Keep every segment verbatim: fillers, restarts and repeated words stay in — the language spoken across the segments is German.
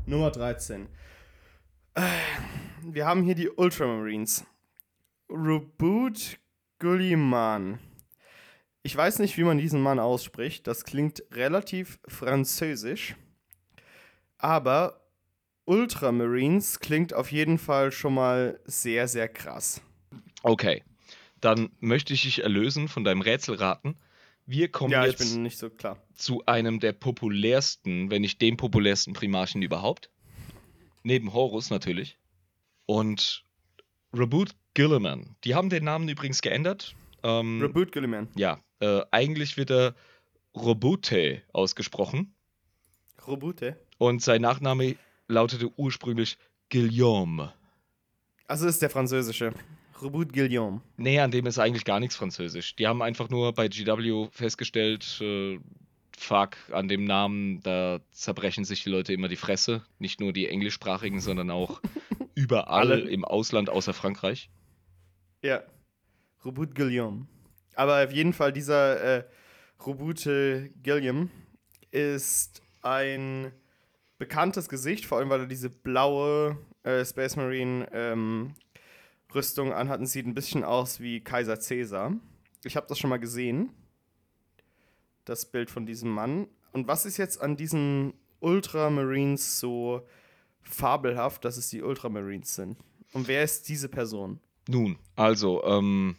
Nummer dreizehn. Äh, Wir haben hier die Ultramarines. Robert Guilliman. Ich weiß nicht, wie man diesen Mann ausspricht. Das klingt relativ französisch. Aber Ultramarines klingt auf jeden Fall schon mal sehr, sehr krass. Okay, dann möchte ich dich erlösen von deinem Rätselraten. Wir kommen Ja, ich jetzt bin nicht so klar. zu einem der populärsten, wenn nicht dem populärsten Primarchen überhaupt. Neben Horus natürlich. Und Robert Guilliman. Die haben den Namen übrigens geändert. Ähm, Robert Guilliman. ja, äh, eigentlich wird er Robute ausgesprochen. Robute. Und sein Nachname lautete ursprünglich Guillaume. Also ist der französische. Robert Guillaume. Nee, an dem ist eigentlich gar nichts Französisch. Die haben einfach nur bei G W festgestellt, äh, fuck, an dem Namen, da zerbrechen sich die Leute immer die Fresse. Nicht nur die englischsprachigen, sondern auch überall Alle. im Ausland außer Frankreich. Ja. Robert Guillaume. Aber auf jeden Fall dieser äh, Robute Guillaume ist ein bekanntes Gesicht, vor allem weil er diese blaue äh, Space Marine ähm, Rüstung anhat und sieht ein bisschen aus wie Kaiser Caesar. Ich habe das schon mal gesehen, das Bild von diesem Mann. Und was ist jetzt an diesen Ultramarines so fabelhaft, dass es die Ultramarines sind? Und wer ist diese Person? Nun, also, ähm,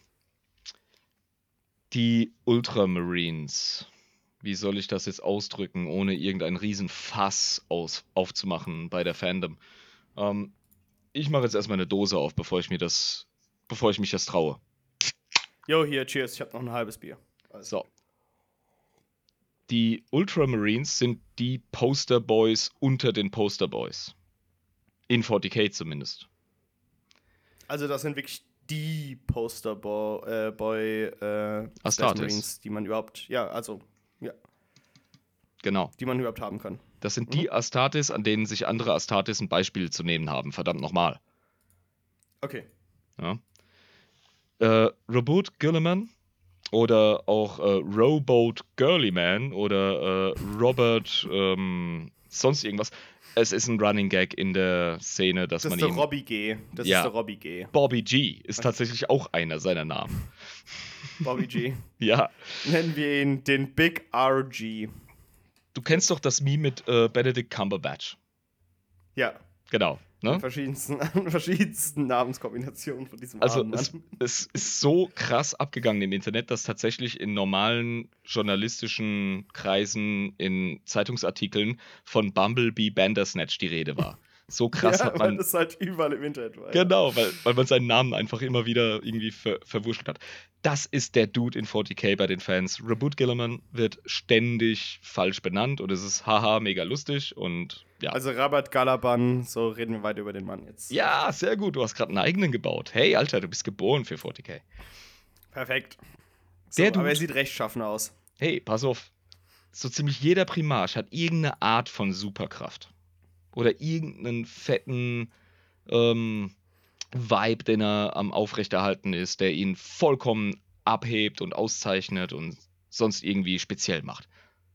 die Ultramarines. Wie soll ich das jetzt ausdrücken, ohne irgendein Riesenfass aus, aufzumachen bei der Fandom? Ähm, ich mache jetzt erstmal eine Dose auf, bevor ich mir das, bevor ich mich das traue. Jo, hier, cheers, ich habe noch ein halbes Bier. Also. So. Die Ultramarines sind die Posterboys unter den Posterboys. In forty K zumindest. Also das sind wirklich die Posterboy äh, Boy, äh, Astartes. Marines, die man überhaupt, ja, also, ja. Genau. Die man überhaupt haben kann. Das sind mhm. die Astartes, an denen sich andere Astartes ein Beispiel zu nehmen haben. Verdammt nochmal. Okay. Ja. Äh, Robert Guilliman oder auch äh, Rowboat Girlyman oder äh, Robert ähm, sonst irgendwas. Es ist ein Running Gag in der Szene, dass das man ihm... Das ihm... ist der Robbie G. Das ja. ist der Robbie G. Bobby G ist tatsächlich auch einer seiner Namen. Bobby G. Ja. Nennen wir ihn den Big R G. Du kennst doch das Meme mit äh, Benedict Cumberbatch. Ja. Genau. Ne? An verschiedensten, an verschiedensten Namenskombinationen von diesem Also armen Mann. Es, es ist so krass abgegangen im Internet, dass tatsächlich in normalen journalistischen Kreisen, in Zeitungsartikeln von Bumblebee Bandersnatch die Rede war. So krass ja, hat man... weil das halt überall im Internet war. Genau, weil, weil man seinen Namen einfach immer wieder irgendwie ver, verwurschtelt hat. Das ist der Dude in forty K bei den Fans. Robert Guilliman wird ständig falsch benannt und es ist haha mega lustig und ja. Also Rabat Galaban, so reden wir weiter über den Mann jetzt. Ja, sehr gut, du hast gerade einen eigenen gebaut. Hey, Alter, du bist geboren für forty K. Perfekt. So, der Dude, aber er sieht rechtschaffen aus. Hey, pass auf. So ziemlich jeder Primarch hat irgendeine Art von Superkraft. Oder irgendeinen fetten ähm, Vibe, den er am Aufrechterhalten ist, der ihn vollkommen abhebt und auszeichnet und sonst irgendwie speziell macht.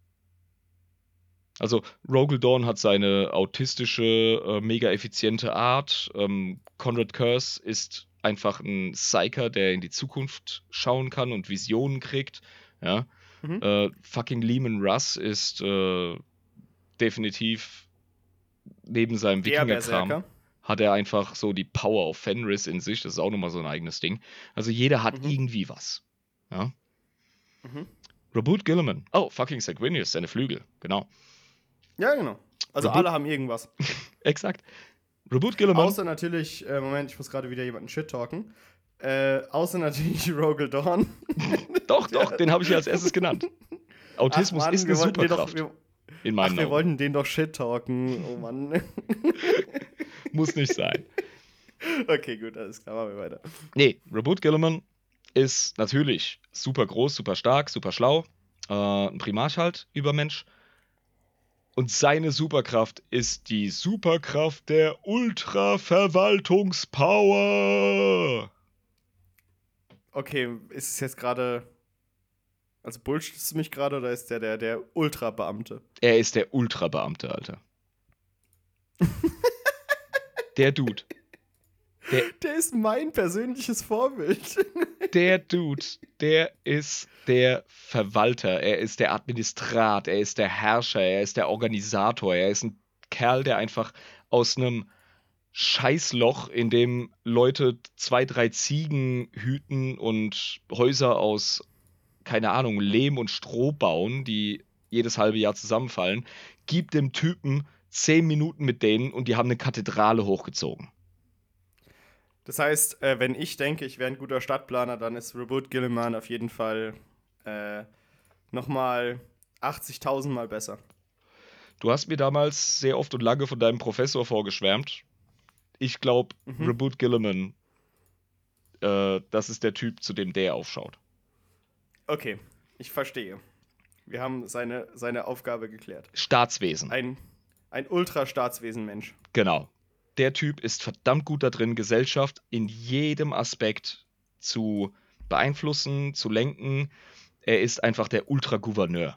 Also Rogel Dawn hat seine autistische, äh, mega effiziente Art. Ähm, Conrad Curse ist einfach ein Psyker, der in die Zukunft schauen kann und Visionen kriegt. Ja. Mhm. Äh, fucking Lehman Russ ist äh, definitiv neben seinem Wikinger-Kram hat er einfach so die Power of Fenris in sich. Das ist auch nochmal so ein eigenes Ding. Also jeder hat mhm. irgendwie was. Ja. Mhm. Robert Guilliman. Oh, fucking Sanguinius, seine Flügel. Genau. Ja, genau. Also Robert... alle haben irgendwas. Exakt. Robert Guilliman. Außer natürlich, äh, Moment, ich muss gerade wieder jemanden shit-talken. Äh, außer natürlich Rogel Dawn. doch, doch, den habe ich ja als erstes genannt. Autismus Ach, Mann, ist eine Superkraft. Doch, wir, in meinen Ach, wir Augen. wollten den doch shit-talken. Oh Mann. Muss nicht sein. Okay, gut, alles klar, machen wir weiter. Nee, Robert Guilliman ist natürlich super groß, super stark, super schlau. Äh, ein Primarch halt, Übermensch. Und seine Superkraft ist die Superkraft der Ultra-Verwaltungspower. Okay, ist es jetzt gerade... Also bullshitst du mich gerade oder ist der der, der Ultrabeamte? Er ist der Ultrabeamte, Alter. Der Dude. Der, Der ist mein persönliches Vorbild. der Dude, der ist der Verwalter, er ist der Administrat, er ist der Herrscher, er ist der Organisator, er ist ein Kerl, der einfach aus einem Scheißloch, in dem Leute zwei, drei Ziegen hüten und Häuser aus, keine Ahnung, Lehm und Stroh bauen, die jedes halbe Jahr zusammenfallen, gibt dem Typen zehn Minuten mit denen und die haben eine Kathedrale hochgezogen. Das heißt, äh, wenn ich denke, ich wäre ein guter Stadtplaner, dann ist Robert Gilliman auf jeden Fall äh, nochmal achtzigtausend Mal besser. Du hast mir damals sehr oft und lange von deinem Professor vorgeschwärmt. Ich glaube, Mhm. Robert Gilliman, äh, das ist der Typ, zu dem der aufschaut. Okay, ich verstehe. Wir haben seine, seine Aufgabe geklärt. Staatswesen. Ein, ein Ultra-Staatswesen-Mensch. Genau. Der Typ ist verdammt gut da drin, Gesellschaft in jedem Aspekt zu beeinflussen, zu lenken. Er ist einfach der Ultra-Gouverneur.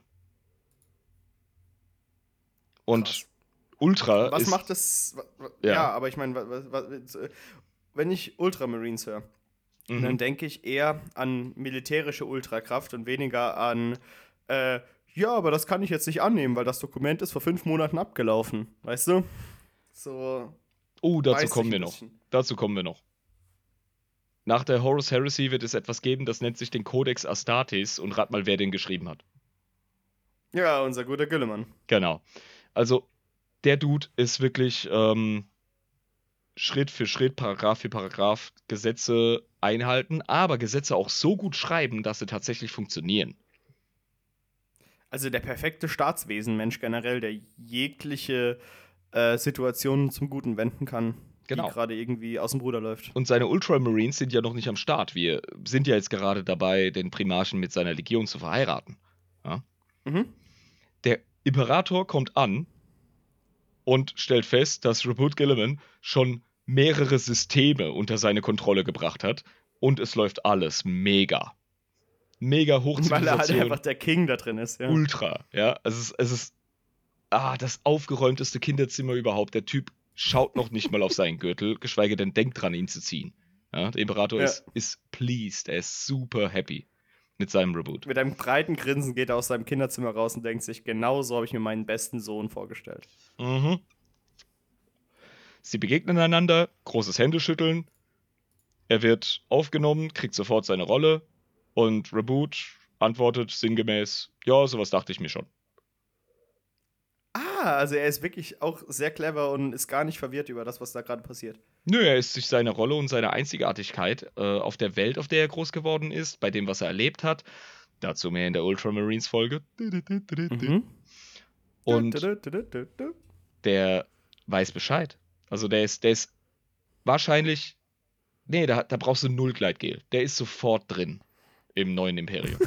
Und Krass. Ultra Was ist... macht das? Ja, Ja. aber ich meine, was, was, wenn ich Ultramarines höre, dann Mhm. denke ich eher an militärische Ultrakraft und weniger an, äh, ja, aber das kann ich jetzt nicht annehmen, weil das Dokument ist vor fünf Monaten abgelaufen. Weißt du? So. Oh, dazu beißt kommen sich wir ein noch. bisschen. Dazu kommen wir noch. Nach der Horus Heresy wird es etwas geben, das nennt sich den Codex Astartes und rat mal, wer den geschrieben hat. Ja, unser guter Gilliman. Genau. Also, der Dude ist wirklich ähm, Schritt für Schritt, Paragraph für Paragraph Gesetze einhalten, aber Gesetze auch so gut schreiben, dass sie tatsächlich funktionieren. Also der perfekte Staatswesenmensch generell, der jegliche äh, Situation zum Guten wenden kann, Genau. die gerade irgendwie aus dem Ruder läuft. Und seine Ultramarines sind ja noch nicht am Start. Wir sind ja jetzt gerade dabei, den Primarchen mit seiner Legion zu verheiraten. Ja? Mhm. Der Imperator kommt an und stellt fest, dass Robert Gilliman schon mehrere Systeme unter seine Kontrolle gebracht hat und es läuft alles mega. Mega Weil er halt Hochzivilisation. einfach der King da drin ist, ja. Ultra, ja. Es ist, es ist ah, das aufgeräumteste Kinderzimmer überhaupt. Der Typ schaut noch nicht mal auf seinen Gürtel, geschweige denn denkt dran, ihn zu ziehen. Ja, der Imperator Ja. ist, ist pleased, er ist super happy mit seinem Reboot. Mit einem breiten Grinsen geht er aus seinem Kinderzimmer raus und denkt sich, genau so habe ich mir meinen besten Sohn vorgestellt. Mhm. Sie begegnen einander, großes Händeschütteln. Er wird aufgenommen, kriegt sofort seine Rolle und Reboot antwortet sinngemäß, ja, sowas dachte ich mir schon. Ah, also er ist wirklich auch sehr clever und ist gar nicht verwirrt über das, was da gerade passiert. Nö, er ist sich seiner Rolle und seiner Einzigartigkeit äh, auf der Welt, auf der er groß geworden ist, bei dem, was er erlebt hat. Dazu mehr in der Ultramarines-Folge. Mhm. Und der weiß Bescheid. Also der ist, der ist wahrscheinlich. Nee, da, da brauchst du null Gleitgel. Der ist sofort drin im neuen Imperium.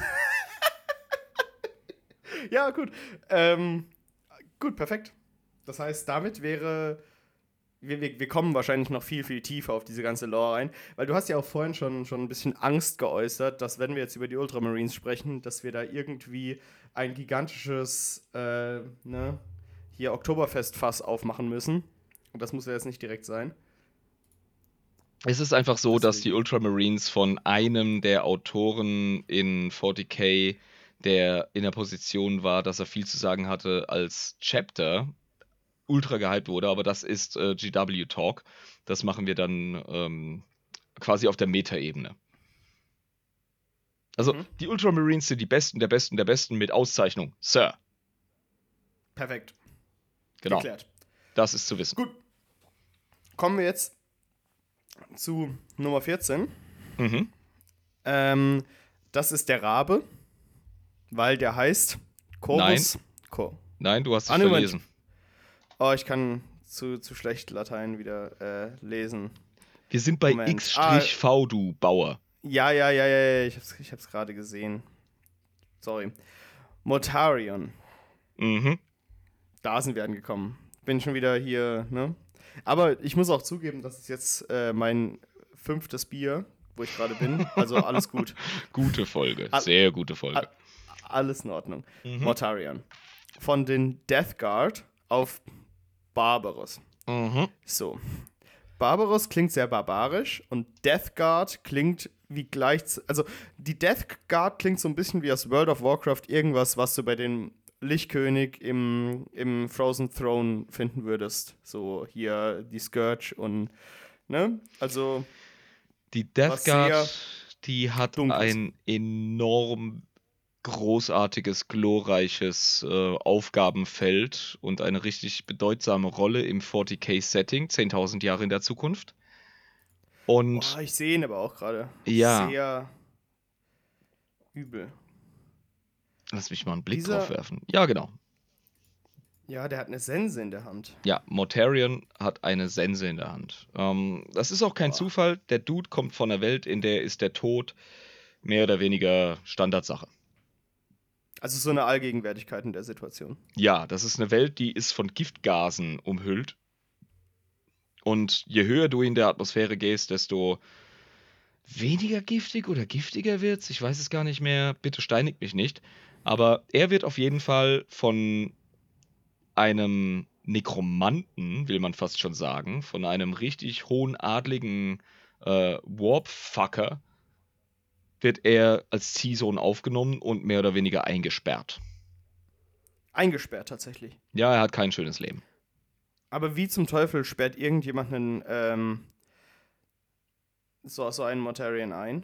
Ja, gut. Ähm, gut, perfekt. Das heißt, damit wäre. Wir, wir, wir kommen wahrscheinlich noch viel, viel tiefer auf diese ganze Lore rein, weil du hast ja auch vorhin schon, schon ein bisschen Angst geäußert, dass wenn wir jetzt über die Ultramarines sprechen, dass wir da irgendwie ein gigantisches, äh, ne, hier Oktoberfest-Fass aufmachen müssen. Und das muss ja jetzt nicht direkt sein. Es ist einfach so, dass die Deswegen. Ultramarines von einem der Autoren in vierzig K, der in der Position war, dass er viel zu sagen hatte, als Chapter ultra gehypt wurde, aber das ist äh, G W Talk. Das machen wir dann ähm, quasi auf der Meta-Ebene. Also, Mhm. die Ultramarines sind die Besten der Besten der Besten mit Auszeichnung. Sir. Perfekt. Genau. Geklärt. Das ist zu wissen. Gut. Kommen wir jetzt zu Nummer vierzehn. Mhm. Ähm, das ist der Rabe, weil der heißt Corvus. Co. Nein, du hast dich Ah, nee, Moment. verlesen. Oh, ich kann zu, zu schlecht Latein wieder äh, lesen. Wir sind bei Moment. X-V, du Bauer. Ja, ja, ja, ja, ja, ich hab's, ich hab's gerade gesehen. Sorry. Mortarion. Mhm. Da sind wir angekommen. Bin schon wieder hier, ne? Aber ich muss auch zugeben, das ist jetzt äh, mein fünftes Bier, wo ich gerade bin. Also alles gut. Gute Folge. Al- Sehr gute Folge. Al- alles in Ordnung. Mhm. Mortarion. Von den Death Guard auf Barbaros. Mhm. So. Barbaros klingt sehr barbarisch und Death Guard klingt wie gleich. Also, die Death Guard klingt so ein bisschen wie aus World of Warcraft irgendwas, was du bei dem Lichtkönig im, im Frozen Throne finden würdest. So hier die Scourge und, ne? Also, Die Death was sehr Guard, die hat Dunkles. ein enorm großartiges, glorreiches äh, Aufgabenfeld und eine richtig bedeutsame Rolle im vierzig K-Setting, zehntausend Jahre in der Zukunft. Oh, Und ich sehe ihn aber auch gerade. ja, Sehr übel. lass mich mal einen Blick drauf Dieser, werfen. Ja, genau. ja, der hat eine Sense in der Hand. Ja, Mortarion hat eine Sense in der Hand. Ähm, das ist auch kein Boah. Zufall. Der Dude kommt von einer Welt, in der ist der Tod mehr oder weniger Standardsache. Also so eine Allgegenwärtigkeit in der Situation. Ja, das ist eine Welt, die ist von Giftgasen umhüllt. Und je höher du in der Atmosphäre gehst, desto weniger giftig oder giftiger wird's. Ich weiß es gar nicht mehr. Bitte steinigt mich nicht. Aber er wird auf jeden Fall von einem Nekromanten, will man fast schon sagen, von einem richtig hohen adligen äh, Warp-Fucker, wird er als Ziehsohn aufgenommen und mehr oder weniger eingesperrt. Eingesperrt tatsächlich. Ja, er hat kein schönes Leben. Aber wie zum Teufel sperrt irgendjemanden ähm, so, so einen Mortarion ein?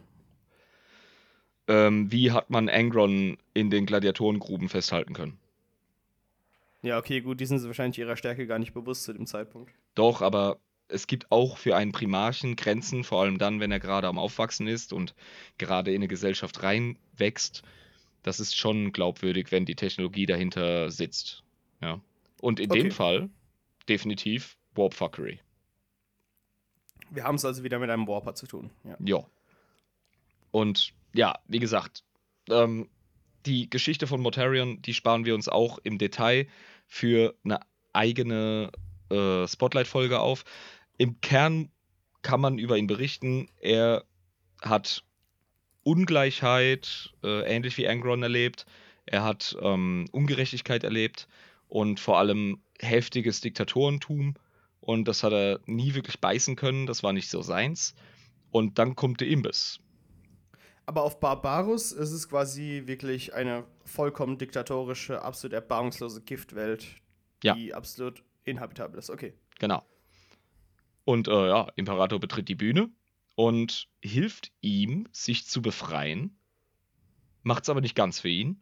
Ähm, wie hat man Angron in den Gladiatorengruben festhalten können? Ja, okay, gut, die sind sich wahrscheinlich ihrer Stärke gar nicht bewusst zu dem Zeitpunkt. Doch, aber es gibt auch für einen Primarchen Grenzen, vor allem dann, wenn er gerade am Aufwachsen ist und gerade in eine Gesellschaft reinwächst. Das ist schon glaubwürdig, wenn die Technologie dahinter sitzt. Ja. Und in dem Okay, Fall definitiv Warpfuckery. wir haben es also wieder mit einem Warper zu tun. Ja. Ja. Und ja, wie gesagt, ähm, die Geschichte von Mortarion, die sparen wir uns auch im Detail für eine eigene äh, Spotlight-Folge auf. Im Kern kann man über ihn berichten. Er hat Ungleichheit, äh, ähnlich wie Angron, erlebt. Er hat ähm, Ungerechtigkeit erlebt und vor allem heftiges Diktatorentum. Und das hat er nie wirklich beißen können. Das war nicht so seins. Und dann kommt der Imbiss. Aber auf Barbarus ist es quasi wirklich eine vollkommen diktatorische, absolut erbarmungslose Giftwelt, Ja, die absolut inhabitabel ist. Okay. genau. Und äh, ja, Imperator betritt die Bühne und hilft ihm, sich zu befreien. Macht's aber nicht ganz für ihn.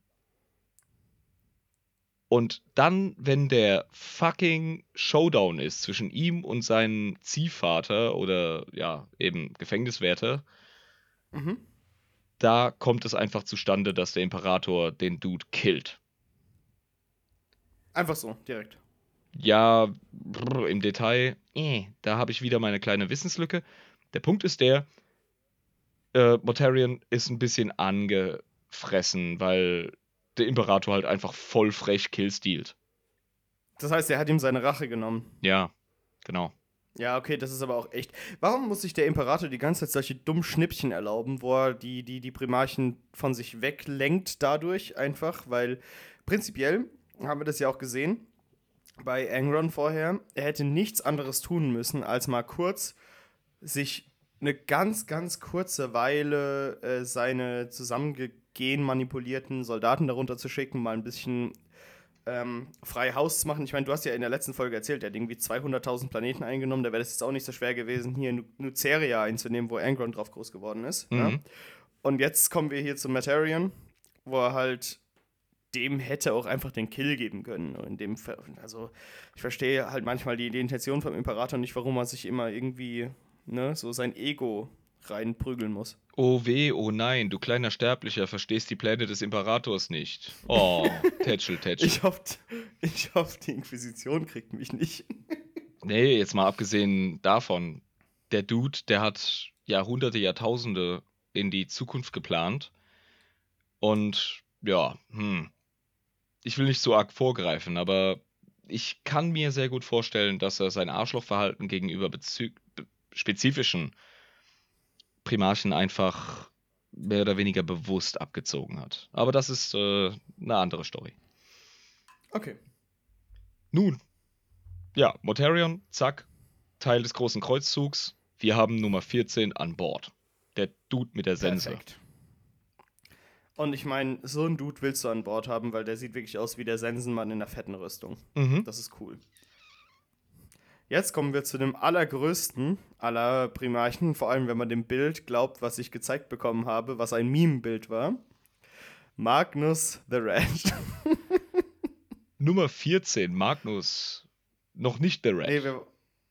Und dann, wenn der fucking Showdown ist zwischen ihm und seinem Ziehvater oder ja, eben Gefängniswärter, Mhm. da kommt es einfach zustande, dass der Imperator den Dude killt. Einfach so, direkt. Ja, brr, im Detail, äh, da habe ich wieder meine kleine Wissenslücke. Der Punkt ist der, äh, Mortarion ist ein bisschen angefressen, weil der Imperator halt einfach voll frech killstealt. Das heißt, er hat ihm seine Rache genommen. Ja, genau. Ja, okay, das ist aber auch echt. Warum muss sich der Imperator die ganze Zeit solche dummen Schnippchen erlauben, wo er die, die, die Primarchen von sich weglenkt dadurch einfach? Weil prinzipiell haben wir das ja auch gesehen bei Angron vorher. Er hätte nichts anderes tun müssen, als mal kurz sich eine ganz, ganz kurze Weile äh, seine zusammengehen manipulierten Soldaten darunter zu schicken, mal ein bisschen ähm, frei Haus zu machen. Ich meine, du hast ja in der letzten Folge erzählt, der hat irgendwie zweihunderttausend Planeten eingenommen. Da wäre das jetzt auch nicht so schwer gewesen, hier Nu- Nuceria einzunehmen, wo Angron drauf groß geworden ist. Ja? Mhm. Und jetzt kommen wir hier zu Matarion, wo er halt dem hätte auch einfach den Kill geben können. In dem Fall, also ich verstehe halt manchmal die, die Intention vom Imperator nicht, warum er sich immer irgendwie ne, so sein Ego reinprügeln muss. Oh weh, oh nein, du kleiner Sterblicher, verstehst die Pläne des Imperators nicht. Oh, Tätschel, Tätschel. Ich hoffe, ich hoff, die Inquisition kriegt mich nicht. Nee, jetzt mal abgesehen davon, der Dude, der hat Jahrhunderte, Jahrtausende in die Zukunft geplant. Und ja, hm, ich will nicht so arg vorgreifen, aber ich kann mir sehr gut vorstellen, dass er sein Arschlochverhalten gegenüber bezü be spezifischen Primarchen einfach mehr oder weniger bewusst abgezogen hat. Aber das ist äh, eine andere Story. Okay. Nun, ja, Mortarion, zack, Teil des großen Kreuzzugs. Wir haben Nummer vierzehn an Bord. Der Dude mit der Sense. Perfekt. Und ich meine, so einen Dude willst du an Bord haben, weil der sieht wirklich aus wie der Sensenmann in einer fetten Rüstung. Mhm. Das ist cool. Jetzt kommen wir zu dem allergrößten aller Primarchen, vor allem wenn man dem Bild glaubt, was ich gezeigt bekommen habe, was ein Meme-Bild war. Magnus the Red. Nummer vierzehn, Magnus. Noch nicht The Red. Nee, wir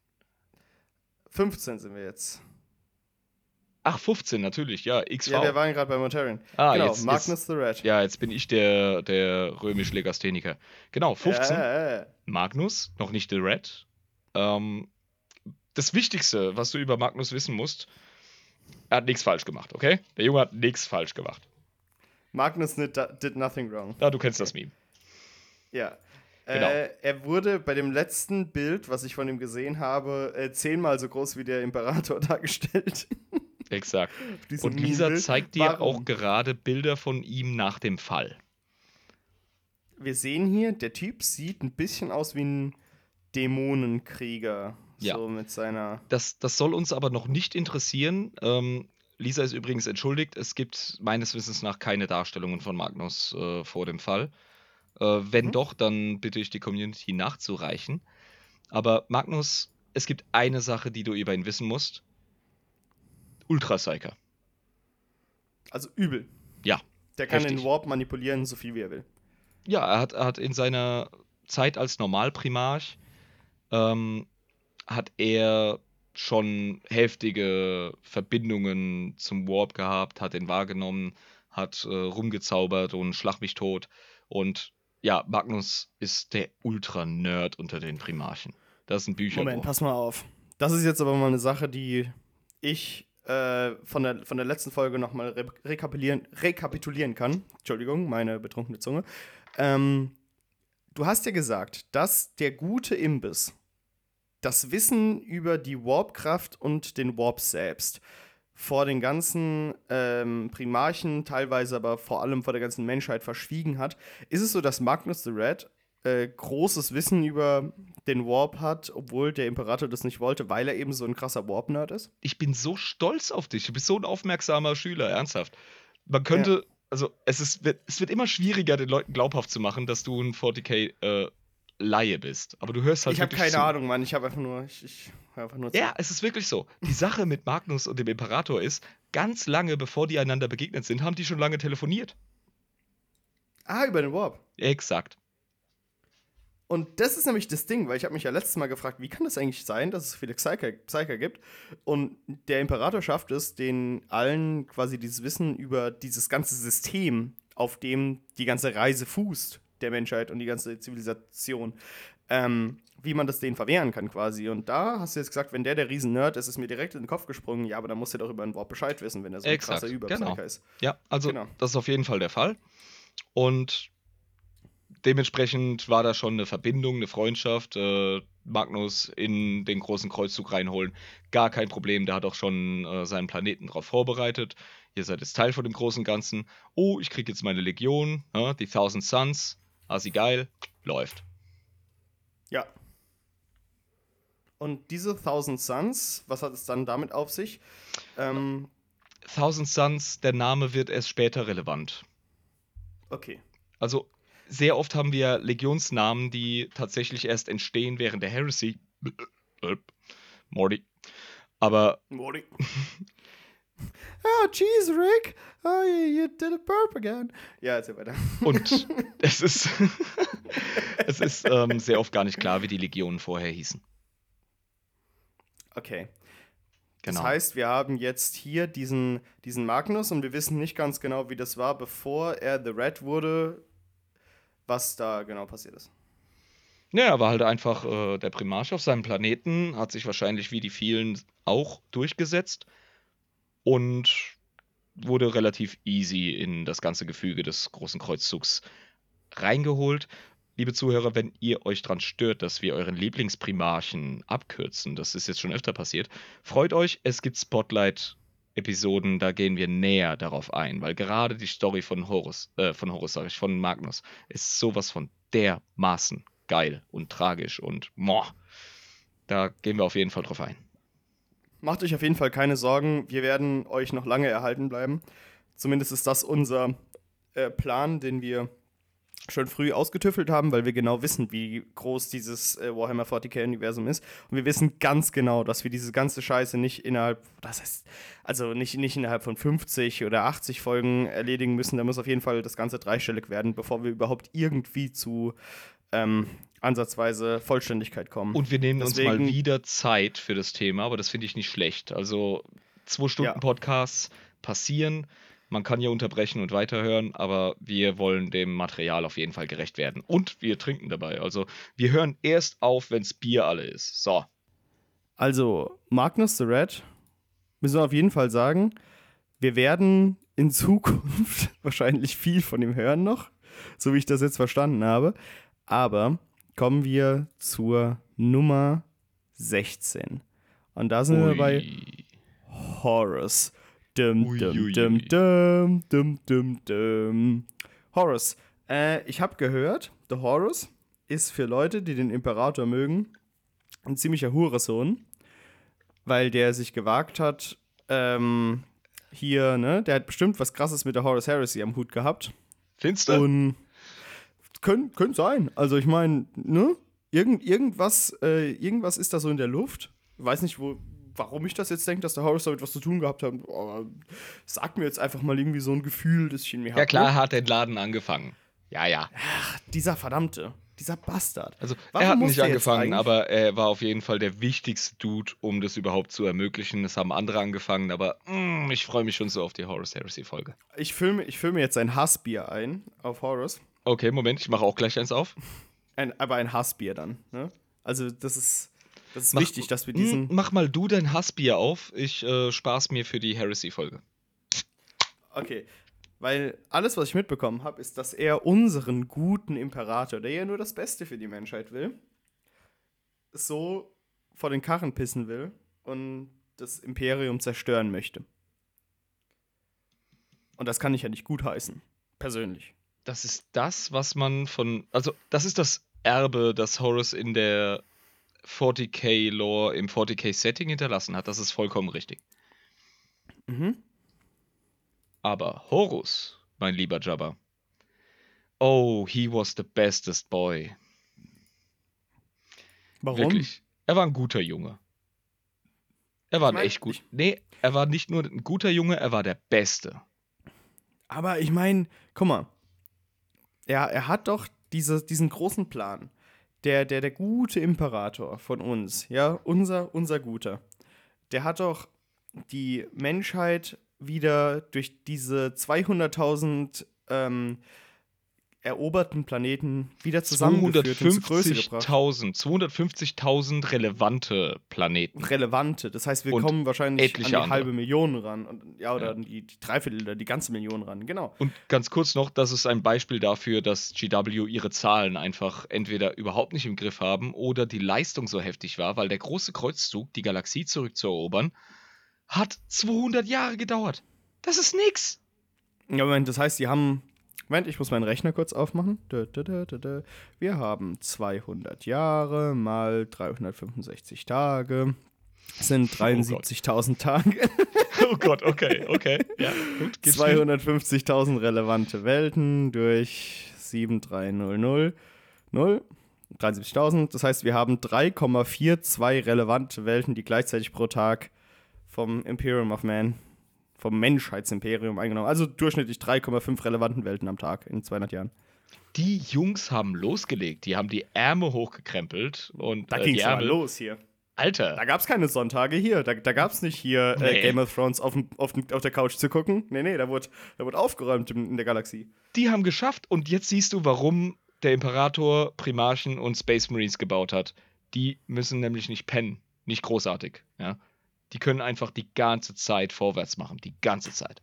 fünfzehn sind wir jetzt. Ach, fünfzehn, natürlich, ja, X V. Ja, wir waren gerade bei Mortarion. Ah, genau, jetzt, Magnus jetzt, the Red. Ja, jetzt bin ich der, der römisch-Legastheniker. Genau, fünfzehn, Äh, äh. Magnus, noch nicht The Red. Ähm, das Wichtigste, was du über Magnus wissen musst, er hat nichts falsch gemacht, okay? Der Junge hat nichts falsch gemacht. Magnus did, did nothing wrong. Ja, du kennst das Meme. Ja. Genau. Äh, er wurde bei dem letzten Bild, was ich von ihm gesehen habe, äh, zehnmal so groß wie der Imperator dargestellt. Exakt. Diesem Und Lisa Meme-Bild. zeigt dir Warum? auch gerade Bilder von ihm nach dem Fall. Wir sehen hier, der Typ sieht ein bisschen aus wie ein Dämonenkrieger. Ja. So mit seiner. Das, das soll uns aber noch nicht interessieren. Ähm, Lisa ist übrigens entschuldigt. Es gibt meines Wissens nach keine Darstellungen von Magnus äh, vor dem Fall. Äh, wenn Mhm. doch, dann bitte ich die Community nachzureichen. Aber Magnus, es gibt eine Sache, die du über ihn wissen musst. Ultra Psyker. Also übel. Ja. Der kann heftig. den Warp manipulieren, so viel wie er will. Ja, er hat, er hat in seiner Zeit als Normalprimarch ähm, hat er schon heftige Verbindungen zum Warp gehabt, hat ihn wahrgenommen, hat äh, rumgezaubert und schlag mich tot. Und ja, Magnus ist der Ultra-Nerd unter den Primarchen. Das ist ein Bücherwurm. Moment, pass mal auf. Das ist jetzt aber mal eine Sache, die ich äh, von, der, von der letzten Folge nochmal re rekapitulieren, rekapitulieren kann. Entschuldigung, meine betrunkene Zunge. Ähm, du hast ja gesagt, dass der gute Imbiss das Wissen über die Warp-Kraft und den Warp selbst vor den ganzen ähm, Primarchen, teilweise aber vor allem vor der ganzen Menschheit verschwiegen hat. Ist es so, dass Magnus the Red äh, großes Wissen über den Warp hat, obwohl der Imperator das nicht wollte, weil er eben so ein krasser Warp-Nerd ist? Ich bin so stolz auf dich. Du bist so ein aufmerksamer Schüler, ernsthaft. Man könnte, ja. also es, ist, es wird immer schwieriger, den Leuten glaubhaft zu machen, dass du ein vierzig K äh, Laie bist. Aber du hörst halt Ich habe keine zu. Ahnung, Mann. Ich habe einfach nur, ich, ich hör einfach nur zu. Ja, es ist wirklich so. Die Sache mit Magnus und dem Imperator ist, ganz lange bevor die einander begegnet sind, haben die schon lange telefoniert. Ah, über den Warp. Exakt. Und das ist nämlich das Ding, weil ich habe mich ja letztes Mal gefragt, wie kann das eigentlich sein, dass es so viele Psyker, Psyker gibt und der Imperator schafft es, den allen quasi dieses Wissen über dieses ganze System, auf dem die ganze Reise fußt, der Menschheit und die ganze Zivilisation, ähm, wie man das denen verwehren kann quasi. Und da hast du jetzt gesagt, wenn der der Riesen-Nerd ist, ist mir direkt in den Kopf gesprungen, ja, aber dann muss er doch über ein Wort Bescheid wissen, wenn er so ein Exakt. krasser Überpsyker Genau. ist. Ja, also Genau. das ist auf jeden Fall der Fall. Und dementsprechend war da schon eine Verbindung, eine Freundschaft. Äh, Magnus in den großen Kreuzzug reinholen, gar kein Problem. Der hat auch schon äh, seinen Planeten darauf vorbereitet. Ihr seid jetzt Teil von dem großen Ganzen. Oh, ich krieg jetzt meine Legion, ja, die Thousand Suns. Assi geil, läuft. Ja. Und diese Thousand Suns, was hat es dann damit auf sich? Ähm, Thousand Suns, der Name wird erst später relevant. Okay. Also sehr oft haben wir Legionsnamen, die tatsächlich erst entstehen während der Heresy. Morty. Aber. Morty. Oh, jeez, Rick. Oh, you did a burp again. Ja, erzähl weiter. Und es ist, es ist ähm, sehr oft gar nicht klar, wie die Legionen vorher hießen. Okay. Genau. Das heißt, wir haben jetzt hier diesen, diesen Magnus und wir wissen nicht ganz genau, wie das war, bevor er The Red wurde, was da genau passiert ist. Ja, er war halt einfach äh, der Primarch auf seinem Planeten, hat sich wahrscheinlich wie die vielen auch durchgesetzt und wurde relativ easy in das ganze Gefüge des großen Kreuzzugs reingeholt. Liebe Zuhörer, wenn ihr euch dran stört, dass wir euren Lieblingsprimarchen abkürzen, das ist jetzt schon öfter passiert, freut euch, es gibt Spotlight-Episoden, da gehen wir näher darauf ein, weil gerade die Story von Horus, äh, von Horus sag ich, von Magnus, ist sowas von dermaßen geil und tragisch und moah. Da gehen wir auf jeden Fall drauf ein. Macht euch auf jeden Fall keine Sorgen, wir werden euch noch lange erhalten bleiben. Zumindest ist das unser äh, Plan, den wir schon früh ausgetüffelt haben, weil wir genau wissen, wie groß dieses äh, Warhammer forty K-Universum ist. Und wir wissen ganz genau, dass wir diese ganze Scheiße nicht innerhalb, das heißt, also nicht, nicht innerhalb von fünfzig oder achtzig Folgen erledigen müssen. Da muss auf jeden Fall das Ganze dreistellig werden, bevor wir überhaupt irgendwie zu ähm, ansatzweise Vollständigkeit kommen. Und wir nehmen Deswegen, uns mal wieder Zeit für das Thema, aber das finde ich nicht schlecht. Also zwei Stunden Ja. Podcasts passieren. Man kann ja unterbrechen und weiterhören, aber wir wollen dem Material auf jeden Fall gerecht werden. Und wir trinken dabei. Also wir hören erst auf, wenn's Bier alle ist. So. Also, Magnus the Red, müssen wir auf jeden Fall sagen, wir werden in Zukunft wahrscheinlich viel von ihm hören noch, so wie ich das jetzt verstanden habe. Aber kommen wir zur Nummer sechzehn. Und da sind wir bei Ui. Horus. Dum, Ui, dum, ui, dum, ui. dum, dum, dum, dum. Horus. Äh, ich habe gehört, der Horus ist für Leute, die den Imperator mögen, ein ziemlicher Hurensohn, weil der sich gewagt hat, ähm, hier, ne, der hat bestimmt was Krasses mit der Horus Heresy am Hut gehabt. Findest du? Und könnte könnt sein. Also ich meine, ne, Irgend, irgendwas, äh, irgendwas ist da so in der Luft. Ich weiß nicht, wo, warum ich das jetzt denke, dass der Horus damit was zu tun gehabt hat. Aber sag mir jetzt einfach mal irgendwie so ein Gefühl, das ich in mir habe. Ja klar, er hat den Laden angefangen. Ja, ja. Dieser Verdammte, dieser Bastard. Also Warum er hat muss nicht der jetzt angefangen, eigentlich- aber er war auf jeden Fall der wichtigste Dude, um das überhaupt zu ermöglichen. Es haben andere angefangen, aber mm, ich freue mich schon so auf die Horus Heresy-Folge. Ich fülle mir, ich füll mir jetzt ein Hassbier ein auf Horus. Okay, Moment, ich mache auch gleich eins auf. Ein, aber ein Hassbier dann, ne? Also das ist, das ist Mach- wichtig, dass wir diesen... Mm, Mach mal du dein Hassbier auf. Ich äh, spar's mir für die Heresy-Folge. Okay, weil alles, was ich mitbekommen habe, ist, dass er unseren guten Imperator, der ja nur das Beste für die Menschheit will, so vor den Karren pissen will und das Imperium zerstören möchte. Und das kann ich ja nicht gutheißen, persönlich. Das ist das, was man von. Also, das ist das Erbe, das Horus in der forty K-Lore, im forty K-Setting hinterlassen hat. Das ist vollkommen richtig. Mhm. Aber Horus, mein lieber Jabba. Oh, he was the bestest boy. Warum? Wirklich. Er war ein guter Junge. Er war Ich ein mein, echt gut. ich- Nee, er war nicht nur ein guter Junge, er war der Beste. Aber ich meine, guck mal, er, er hat doch diese, diesen großen Plan. Der, der, der gute Imperator von uns, ja, unser, unser Guter, der hat doch die Menschheit wieder durch diese zweihunderttausend ähm, eroberten Planeten wieder zusammengeführt und zu Größe gebracht. zweihundertfünfzigtausend zweihundertfünfzigtausend relevante Planeten. Relevante. Das heißt, wir Und kommen wahrscheinlich an etliche die andere. halbe Million ran. Und, ja, oder Ja. an die, die Dreiviertel oder die ganze Million ran. Genau. Und ganz kurz noch, das ist ein Beispiel dafür, dass G W ihre Zahlen einfach entweder überhaupt nicht im Griff haben oder die Leistung so heftig war, weil der große Kreuzzug, die Galaxie zurückzuerobern, hat zweihundert Jahre gedauert. Das ist nix. Ja, Moment, das heißt, die haben. Moment, ich muss meinen Rechner kurz aufmachen. Dö, dö, dö, dö, dö. Wir haben zweihundert Jahre mal dreihundertfünfundsechzig Tage. Das sind dreiundsiebzigtausend Tage. Oh Gott, okay, okay. Ja, gut. gib's mir. zweihundertfünfzigtausend relevante Welten durch sieben drei null null null. dreiundsiebzigtausend. Das heißt, wir haben drei Komma zweiundvierzig relevante Welten, die gleichzeitig pro Tag vom Imperium of Man, vom Menschheitsimperium eingenommen. Also durchschnittlich drei Komma fünf relevanten Welten am Tag in zweihundert Jahren. Die Jungs haben losgelegt. Die haben die Ärmel hochgekrempelt. Und, Da äh, ging die es mal Ärmel. los hier. Alter. Da gab es keine Sonntage hier. Da, da gab es nicht hier äh, Nee. Game of Thrones auf, dem- auf, dem- auf der Couch zu gucken. Nee, nee, da wurde, da wurde aufgeräumt in, in der Galaxie. Die haben geschafft und jetzt siehst du, warum der Imperator Primarchen und Space Marines gebaut hat. Die müssen nämlich nicht pennen. Nicht großartig. Ja? Die können einfach die ganze Zeit vorwärts machen. Die ganze Zeit.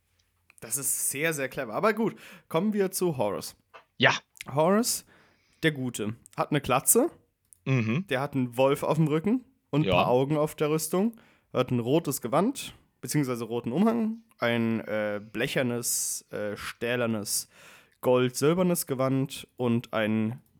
Das ist sehr, sehr clever. Aber gut, kommen wir zu Horus. Ja. Horus, der Gute, hat eine Glatze, Mhm. der hat einen Wolf auf dem Rücken und ein Ja. paar Augen auf der Rüstung, hat ein rotes Gewand, beziehungsweise roten Umhang, ein äh, blechernes, äh, stählernes, gold-silbernes Gewand und ein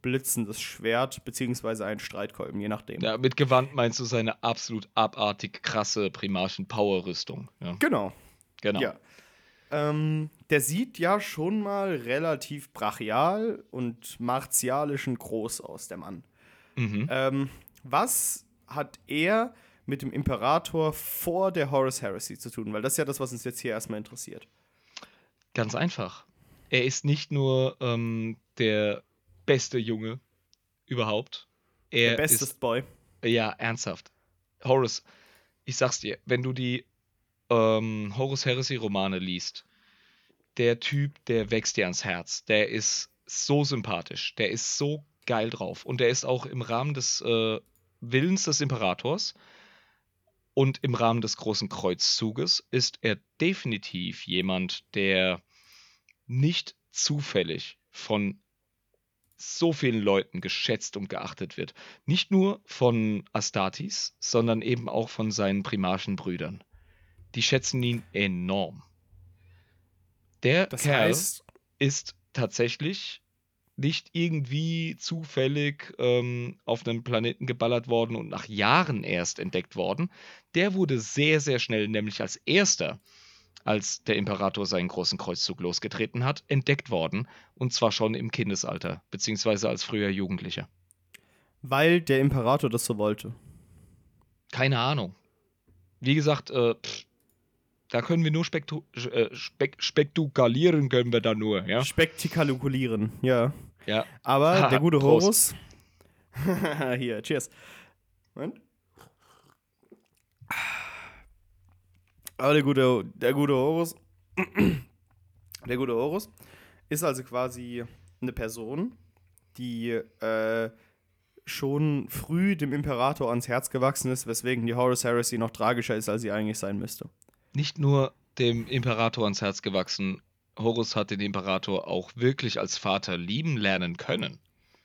blitzendes Schwert beziehungsweise einen Streitkolben, je nachdem. Ja, mit Gewand meinst du seine absolut abartig krasse Primarchen-Power-Rüstung. Ja, Genau, genau. ja. Ähm, der sieht ja schon mal relativ brachial und martialisch groß aus, der Mann. Mhm. Ähm, was hat er mit dem Imperator vor der Horus Heresy zu tun? Weil das ist ja das, was uns jetzt hier erstmal interessiert. Ganz einfach. Er ist nicht nur ähm, der beste Junge überhaupt. Der Er ist, bestest Boy. ja, ernsthaft. Horus, ich sag's dir, wenn du die ähm, Horus Heresy-Romane liest, der Typ, der wächst dir ans Herz. Der ist so sympathisch. Der ist so geil drauf. Und der ist auch im Rahmen des äh, Willens des Imperators und im Rahmen des Großen Kreuzzuges ist er definitiv jemand, der nicht zufällig von so vielen Leuten geschätzt und geachtet wird. Nicht nur von Astartes, sondern eben auch von seinen Primarchenbrüdern. Die schätzen ihn enorm. Der Das Kerl heißt, ist tatsächlich nicht irgendwie zufällig ähm, auf einem Planeten geballert worden und nach Jahren erst entdeckt worden. Der wurde sehr, sehr schnell, nämlich als erster, als der Imperator seinen großen Kreuzzug losgetreten hat, entdeckt worden. Und zwar schon im Kindesalter, beziehungsweise als früher Jugendlicher. weil der Imperator das so wollte. Keine Ahnung. Wie gesagt, äh, pff, da können wir nur spektu äh, spek spektakulieren, können wir da nur, ja? Spektikulieren, ja. Ja. Aber der gute Prost. Horus. Hier, cheers. Moment. Aber der gute, der gute Horus. Der gute Horus ist also quasi eine Person, die äh, schon früh dem Imperator ans Herz gewachsen ist, weswegen die Horus Heresy noch tragischer ist, als sie eigentlich sein müsste. Nicht nur dem Imperator ans Herz gewachsen, Horus hat den Imperator auch wirklich als Vater lieben lernen können.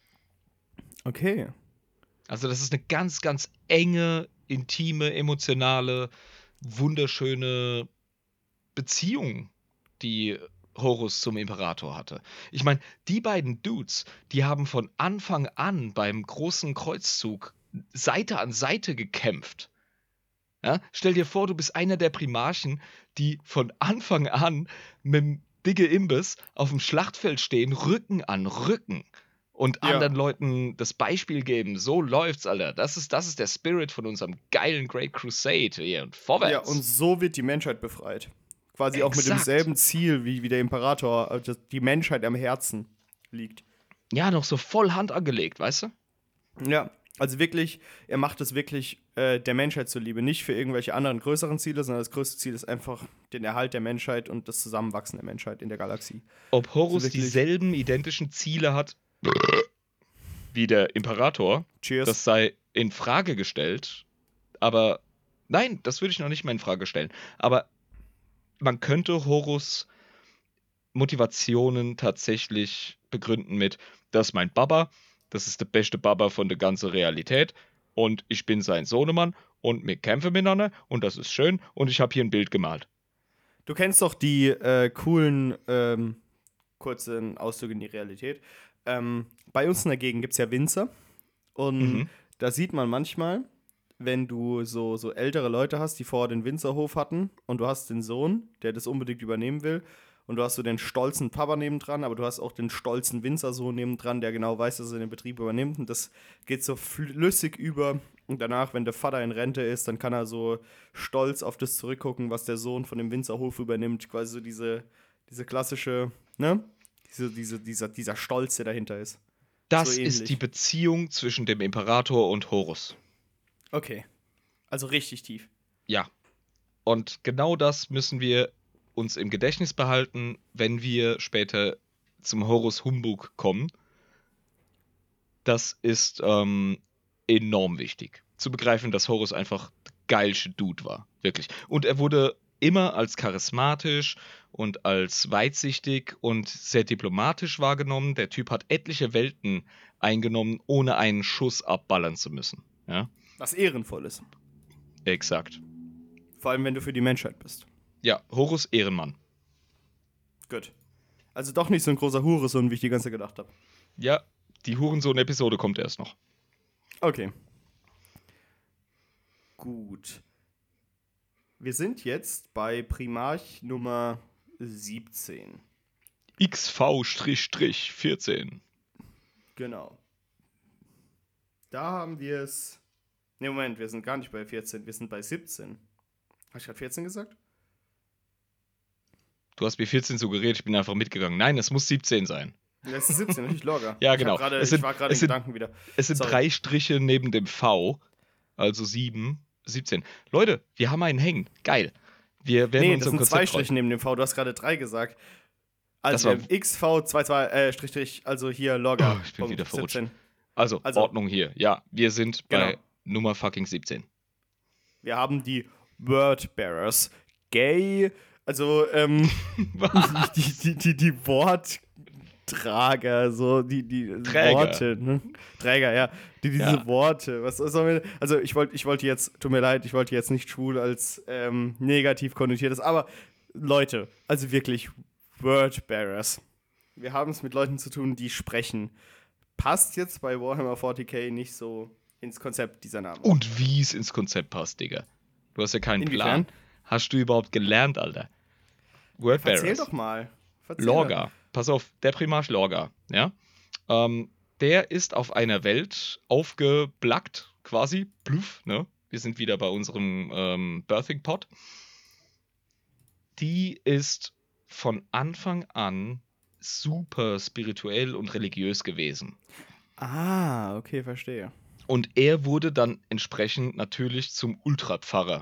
Okay. Also das ist eine ganz, ganz enge, intime, emotionale, wunderschöne Beziehung, die Horus zum Imperator hatte. Ich meine, die beiden Dudes, die haben von Anfang an beim großen Kreuzzug Seite an Seite gekämpft. Ja? Stell dir vor, du bist einer der Primarchen, die von Anfang an mit dem dicke Imbiss auf dem Schlachtfeld stehen, Rücken an Rücken und Ja. anderen Leuten das Beispiel geben. So läuft's, Alter. Das ist, das ist der Spirit von unserem geilen Great Crusade hier und vorwärts. Ja, und so wird die Menschheit befreit. Quasi auch mit Exakt. demselben Ziel, wie, wie der Imperator, also die Menschheit am Herzen liegt. Ja, noch so voll Hand angelegt, weißt du? Ja, also wirklich, er macht es wirklich äh, der Menschheit zuliebe. Nicht für irgendwelche anderen größeren Ziele, sondern das größte Ziel ist einfach den Erhalt der Menschheit und das Zusammenwachsen der Menschheit in der Galaxie. Ob Horus wirklich- dieselben identischen Ziele hat wie der Imperator, Cheers. das sei in Frage gestellt. Aber nein, das würde ich noch nicht mal in Frage stellen. Aber man könnte Horus Motivationen tatsächlich begründen mit, das ist mein Baba, das ist der beste Baba von der ganzen Realität und ich bin sein Sohnemann und wir kämpfen miteinander und das ist schön und ich habe hier ein Bild gemalt. Du kennst doch die äh, coolen, ähm, kurzen Auszüge in die Realität. Ähm, bei uns in der Gegend gibt es ja Winzer. Und Mhm. da sieht man manchmal, wenn du so, so ältere Leute hast, die vorher den Winzerhof hatten und du hast den Sohn, der das unbedingt übernehmen will. Und du hast so den stolzen Papa nebendran, aber du hast auch den stolzen Winzersohn nebendran, der genau weiß, dass er den Betrieb übernimmt. Und das geht so flüssig über. Und danach, wenn der Vater in Rente ist, dann kann er so stolz auf das zurückgucken, was der Sohn von dem Winzerhof übernimmt. Quasi so diese, diese klassische, ne? Diese, diese, dieser, dieser Stolz, der dahinter ist. Das So ist ähnlich. die Beziehung zwischen dem Imperator und Horus. Okay. Also richtig tief. Ja. Und genau das müssen wir uns im Gedächtnis behalten, wenn wir später zum Horus Humbug kommen. Das ist ähm, enorm wichtig. Zu begreifen, dass Horus einfach der geilste Dude war. Wirklich. Und er wurde immer als charismatisch und als weitsichtig und sehr diplomatisch wahrgenommen. Der Typ hat etliche Welten eingenommen, ohne einen Schuss abballern zu müssen. Ja, Was ehrenvoll ist. exakt. Vor allem, wenn du für die Menschheit bist. Ja, Horus Ehrenmann. Gut. Also doch nicht so ein großer Hurensohn, wie ich die ganze Zeit gedacht habe. Ja, Die Hurensohn-Episode kommt erst noch. Okay. Gut. Wir sind jetzt bei Primarch Nummer siebzehn. X V vierzehn. Genau. Da haben wir es. Ne, Moment, wir sind gar nicht bei vierzehn, wir sind bei siebzehn. Habe ich gerade vierzehn gesagt? Du hast mir vierzehn suggeriert, ich bin einfach mitgegangen. Nein, es muss siebzehn sein. Das ist siebzehn, natürlich Lorga. Ja, ich genau. Grade, Es ich sind, war gerade in es sind, Gedanken wieder. es sind Sorry. drei Striche neben dem V, also sieben, siebzehn. Leute, wir haben einen hängen. Geil. Wir werden Nee, unserem das sind Konzept zwei treu. Striche neben dem V, du hast gerade drei gesagt. Das Also war- wir haben X V zweiundzwanzig, äh, Strich, Strich, also hier Logger. Oh, ich bin wieder verrutscht. siebzehn. Also, Also- Ordnung hier. Ja, wir sind bei Genau. Nummer fucking siebzehn. Wir haben die Wordbearers. Gay, also ähm, die, die, die, die Worttrager, so die, die Träger. Worte, ne? Träger, ja. Die diese Ja. Worte. Was was soll man, also ich wollte ich wollte jetzt, tut mir leid, ich wollte jetzt nicht schwul als ähm, negativ konnotiertes, aber Leute, also wirklich Wordbearers. Wir haben es mit Leuten zu tun, die sprechen. Passt jetzt bei Warhammer forty K nicht so ins Konzept dieser Namen. Und wie es ins Konzept passt, Digga. Du hast ja keinen Inwiefern? Plan. Hast du überhaupt gelernt, Alter? Erzähl Wordbearers. doch mal. Verzeih Lorga. Pass auf, der Primarch Lorga, ja. Ähm, der ist auf einer Welt aufgeblackt, quasi. Bluff, ne? Wir sind wieder bei unserem ähm, Birthing Pod. Die ist von Anfang an super spirituell und religiös gewesen. Ah, okay, verstehe. Und er wurde dann entsprechend natürlich zum Ultrapfarrer.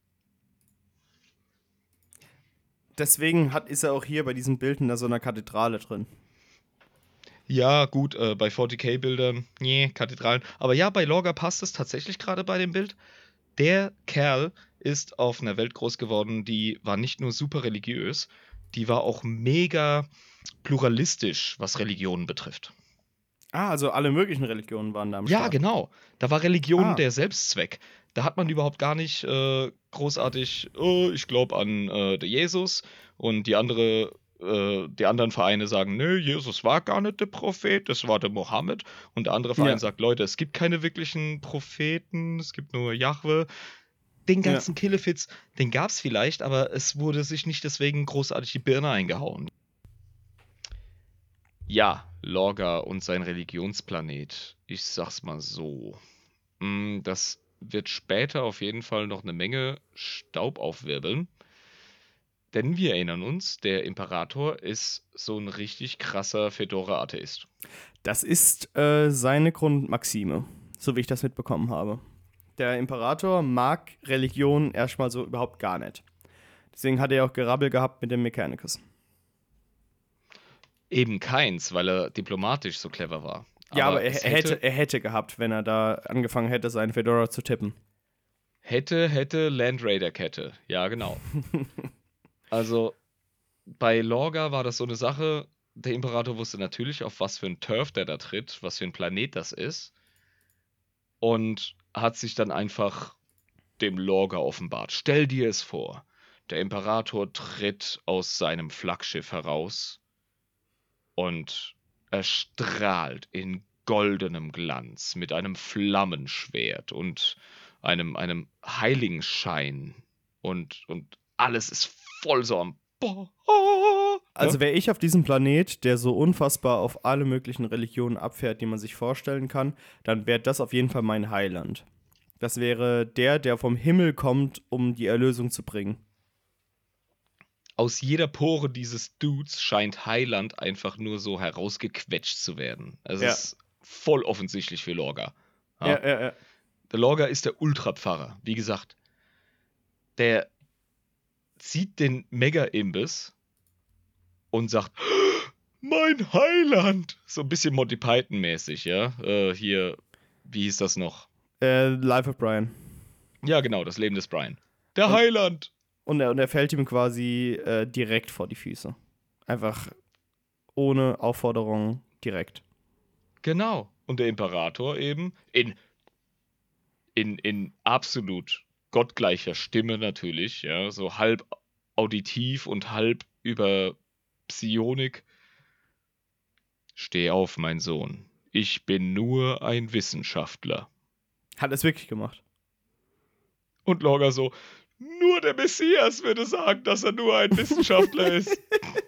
Deswegen hat, ist er auch hier bei diesem Bild in so einer Kathedrale drin. Ja, gut, äh, bei forty K-Bildern, nee, Kathedralen. Aber ja, bei Lorga passt es tatsächlich gerade bei dem Bild. Der Kerl ist auf einer Welt groß geworden, die war nicht nur super religiös, die war auch mega pluralistisch, was Religionen betrifft. Ah, also alle möglichen Religionen waren da am Ja, Start. genau. Da war Religion Ah. der Selbstzweck. Da hat man überhaupt gar nicht äh, großartig, oh, ich glaube an äh, der Jesus und die andere, äh, die anderen Vereine sagen, nö, Jesus war gar nicht der Prophet, das war der Mohammed. Und der andere Verein Ja. sagt, Leute, es gibt keine wirklichen Propheten, es gibt nur Jahwe. Den Ja. ganzen Killefits, den gab es vielleicht, aber es wurde sich nicht deswegen großartig die Birne eingehauen. Ja, Lorga und sein Religionsplanet. Ich sag's mal so. Mm, Das wird später auf jeden Fall noch eine Menge Staub aufwirbeln. Denn wir erinnern uns, der Imperator ist so ein richtig krasser Fedora-Atheist. Das ist äh, seine Grundmaxime, so wie ich das mitbekommen habe. Der Imperator mag Religion erstmal so überhaupt gar nicht. Deswegen hat er auch Gerabbel gehabt mit dem Mechanicus. Eben keins, weil er diplomatisch so clever war. Ja, aber, er, es er, hätte, er hätte gehabt, wenn er da angefangen hätte, seinen Fedora zu tippen. Hätte, hätte Land Raider Kette. Ja, genau. Also bei Lorga war das so eine Sache, der Imperator wusste natürlich, auf was für ein Turf der da tritt, was für ein Planet das ist. Und hat sich dann einfach dem Lorga offenbart. Stell dir es vor, der Imperator tritt aus seinem Flaggschiff heraus und er strahlt in goldenem Glanz mit einem Flammenschwert und einem, einem Heiligenschein und, und alles ist voll so am Boah. Also wäre ich auf diesem Planet, der so unfassbar auf alle möglichen Religionen abfährt, die man sich vorstellen kann, dann wäre das auf jeden Fall mein Heiland. Das wäre der, der vom Himmel kommt, um die Erlösung zu bringen. Aus jeder Pore dieses Dudes scheint Heiland einfach nur so herausgequetscht zu werden. Also Ja. es ist voll offensichtlich für Lorga. Ja? Ja, ja, ja. Der Lorga ist der Ultrapfarrer, wie gesagt. Der sieht den Mega-Imbiss und sagt, mein Heiland! So ein bisschen Monty Python-mäßig, ja. Äh, hier, wie hieß das noch? Äh, Life of Brian. Ja, genau, das Leben des Brian. Der Und- Heiland! Und er, und er fällt ihm quasi äh, direkt vor die Füße. Einfach ohne Aufforderung direkt. Genau. Und der Imperator eben in, in, in absolut gottgleicher Stimme natürlich, ja, so halb auditiv und halb über Psionik. Steh auf, mein Sohn. ich bin nur ein Wissenschaftler. Hat er es wirklich gemacht? Und Lorga so, nur der Messias würde sagen, dass er nur ein Wissenschaftler ist.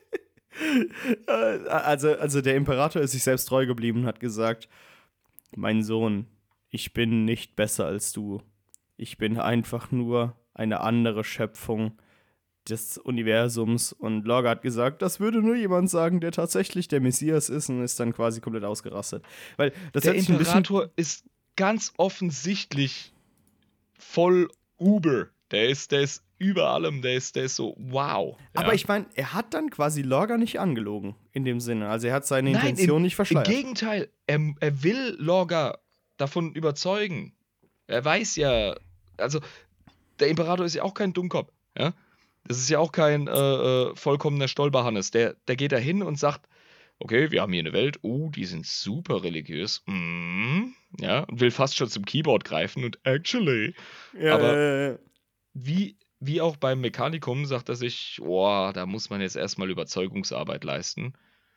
also, also der Imperator ist sich selbst treu geblieben und hat gesagt, mein Sohn, ich bin nicht besser als du. Ich bin einfach nur eine andere Schöpfung des Universums. Und Lorga hat gesagt, das würde nur jemand sagen, der tatsächlich der Messias ist, und ist dann quasi komplett ausgerastet. Weil das Der hört sich ein bisschen- Imperator ist ganz offensichtlich voll Uber. Der ist, der ist über allem, der ist, der ist so, wow. Aber ja. ich meine, er hat dann quasi Lorga nicht angelogen, in dem Sinne. Also er hat seine Nein, Intention im, nicht verschleiert. Im Gegenteil, er, er will Lorga davon überzeugen. Er weiß ja, also der Imperator ist ja auch kein Dummkopf. Ja? Das ist ja auch kein äh, äh, vollkommener Stolperhannes. Der, der geht da hin und sagt, okay, wir haben hier eine Welt, oh, die sind super religiös. Mm, ja, und will fast schon zum Keyboard greifen und actually. Ja, aber äh, wie, wie auch beim Mechanikum sagt er sich, oh, da muss man jetzt erstmal Überzeugungsarbeit leisten.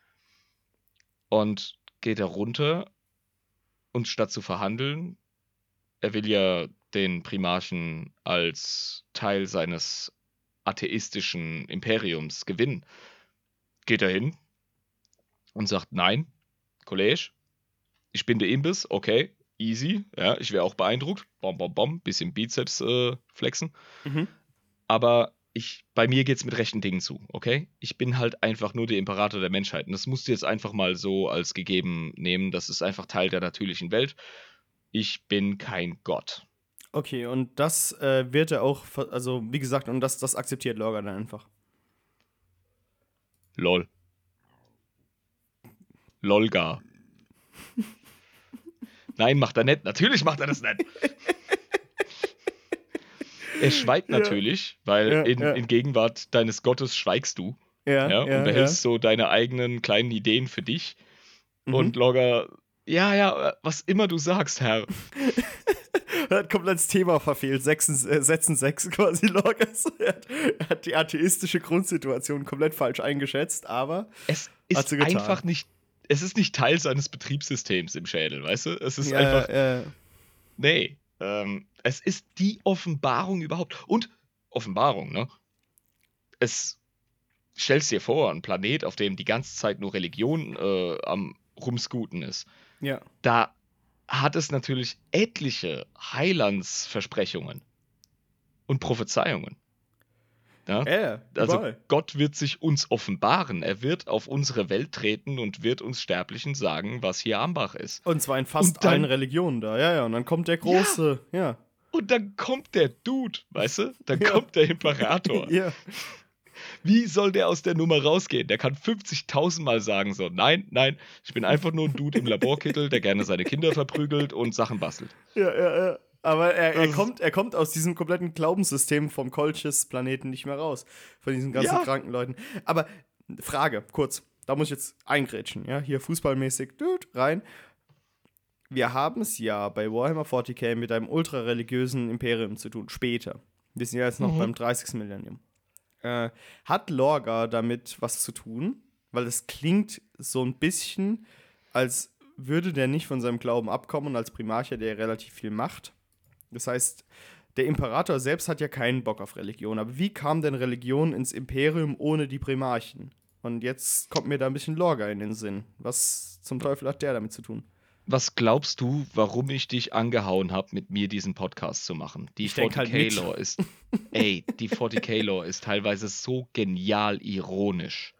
Und geht er runter und statt zu verhandeln, er will ja den Primarchen als Teil seines atheistischen Imperiums gewinnen, geht er hin und sagt, nein, Kollege, ich bin der Imbiss, okay, easy, ja, ich wäre auch beeindruckt, bom, bom, bom, bisschen Bizeps äh, flexen, mhm. aber ich, bei mir geht's mit rechten Dingen zu, okay? Ich bin halt einfach nur der Imperator der Menschheit und das musst du jetzt einfach mal so als gegeben nehmen, das ist einfach Teil der natürlichen Welt. Ich bin kein Gott. Okay, und das äh, wird er auch, ver- also wie gesagt, und das, das akzeptiert Lorga dann einfach. Lol. Lolga. Nein, macht er nicht. Natürlich macht er das nicht. Er schweigt Ja. natürlich, weil Ja, in, ja. in Gegenwart deines Gottes schweigst du. Ja, Ja, ja, und behältst so deine eigenen kleinen Ideen für dich. Mhm. Und Logger, ja, ja, was immer du sagst, Herr. Er hat komplett das Thema verfehlt. Sechsen, äh, Sätzen sechs quasi Lorgas. Er hat, er hat die atheistische Grundsituation komplett falsch eingeschätzt, aber Es Hat ist sie getan. einfach nicht, es ist nicht Teil seines Betriebssystems im Schädel, weißt du? Es ist ja, einfach, ja, nee, ähm, es ist die Offenbarung überhaupt. Und Offenbarung, ne? Es stellst dir vor, ein Planet, auf dem die ganze Zeit nur Religion äh, am Rumscooten ist. ja. Da hat es natürlich etliche Heilandsversprechungen und Prophezeiungen. Ja? Ja, Also überall. Gott wird sich uns offenbaren. Er wird auf unsere Welt treten und wird uns Sterblichen sagen, was hier Ambach ist. Und zwar in fast Und dann- allen Religionen da, ja, ja. Und dann kommt der große, ja. Und dann kommt der Dude, weißt du? Dann Ja. kommt der Imperator. Ja. Wie soll der aus der Nummer rausgehen? Der kann fünfzigtausend Mal sagen so, nein, nein, ich bin einfach nur ein Dude im Laborkittel, der gerne seine Kinder verprügelt und Sachen bastelt. Ja, ja, ja. Aber er, er, Das- kommt, er kommt aus diesem kompletten Glaubenssystem vom Kolchis-Planeten nicht mehr raus. Von diesen ganzen Ja. kranken Leuten. Aber Frage, kurz. Da muss ich jetzt eingrätschen, ja? Hier fußballmäßig, dude, rein. Wir haben es ja bei Warhammer forty K mit einem ultra-religiösen Imperium zu tun. Später. Wir sind ja jetzt noch Mhm. beim dreißigsten Millennium. Äh, hat Lorga damit was zu tun? Weil es klingt so ein bisschen, als würde der nicht von seinem Glauben abkommen und als Primarch hat der relativ viel Macht. Das heißt, der Imperator selbst hat ja keinen Bock auf Religion. Aber wie kam denn Religion ins Imperium ohne die Primarchen? Und jetzt kommt mir da ein bisschen Lorga in den Sinn. Was zum Teufel hat der damit zu tun? Was glaubst du, warum ich dich angehauen habe, mit mir diesen Podcast zu machen? Die Ich denk halt mit. forty K-Lore ist, ey, die forty K-Lore ist teilweise so genial ironisch.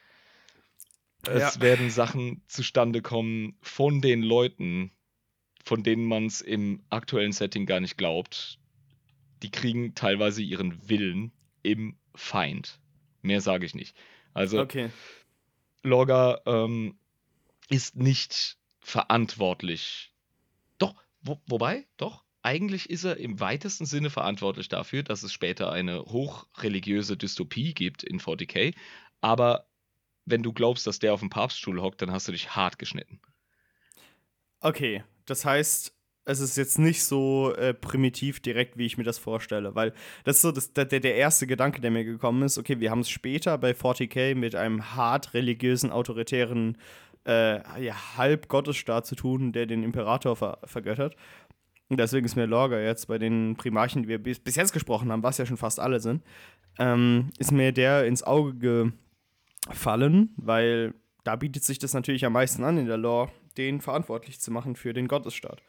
Es Ja. werden Sachen zustande kommen von den Leuten, von denen man es im aktuellen Setting gar nicht glaubt. Die kriegen teilweise ihren Willen im Feind. Mehr sage ich nicht. Also Okay. Lorga ähm, ist nicht verantwortlich. Doch, wo, wobei, doch, eigentlich ist er im weitesten Sinne verantwortlich dafür, dass es später eine hochreligiöse Dystopie gibt in forty K. Aber wenn du glaubst, dass der auf dem Papststuhl hockt, dann hast du dich hart geschnitten. Okay, das heißt, es ist jetzt nicht so äh, primitiv direkt, wie ich mir das vorstelle, weil das ist so das, der, der erste Gedanke, der mir gekommen ist, okay, wir haben es später bei forty K mit einem hart religiösen, autoritären äh, ja, halb Gottesstaat zu tun, der den Imperator ver vergöttert. Und deswegen ist mir Lorga jetzt bei den Primarchen, die wir bis, bis jetzt gesprochen haben, was ja schon fast alle sind, ähm, ist mir der ins Auge gefallen, weil da bietet sich das natürlich am meisten an in der Lore, den verantwortlich zu machen für den Gottesstaat.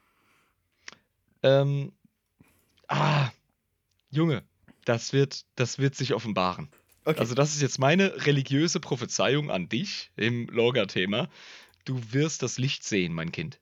Ähm, ah, Junge, das wird, das wird sich offenbaren. Okay. Also das ist jetzt meine religiöse Prophezeiung an dich im Lorga-Thema. Du wirst das Licht sehen, mein Kind.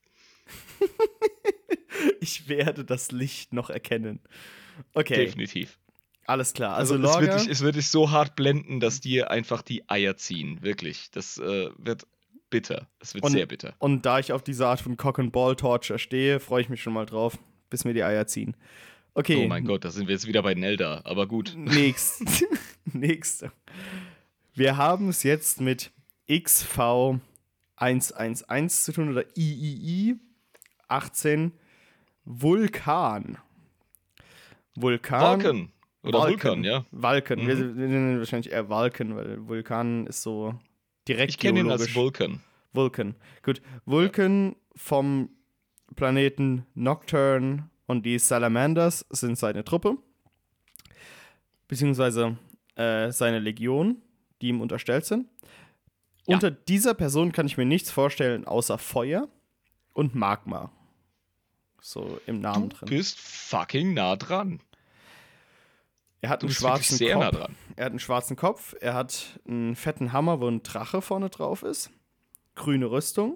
Ich werde das Licht noch erkennen. Okay. Definitiv. Alles klar. Also, Also, es, Lorga, wird dich, es wird dich so hart blenden, dass dir einfach die Eier ziehen. Wirklich. Das äh, wird bitter. Es wird und, sehr bitter. Und da ich auf diese Art von Cock-and-Ball-Torture stehe, freue ich mich schon mal drauf, bis mir die Eier ziehen. Okay. Oh mein Gott, da sind wir jetzt wieder bei den Eldar. Aber gut. Nächst. Nächste. Wir haben es jetzt mit X V hundertelf zu tun oder I I I achtzehn Vulkan. Vulkan. Vulkan. Oder Vulkan, ja. Vulkan. Mhm. Wir, wir nennen ihn wahrscheinlich eher Vulkan, weil Vulkan ist so direkt Ich kenne ihn geologisch. als Vulkan. Vulkan. Gut. Vulkan vom Planeten Nocturne und die Salamanders sind seine Truppe. Beziehungsweise äh, seine Legion, die ihm unterstellt sind. Ja. Unter dieser Person kann ich mir nichts vorstellen, außer Feuer und Magma. So im Namen Du drin. bist fucking nah dran. Er hat Du einen bist wirklich schwarzen sehr nah Kopf. dran. Er hat einen schwarzen Kopf. Er hat einen fetten Hammer, wo ein Drache vorne drauf ist. Grüne Rüstung.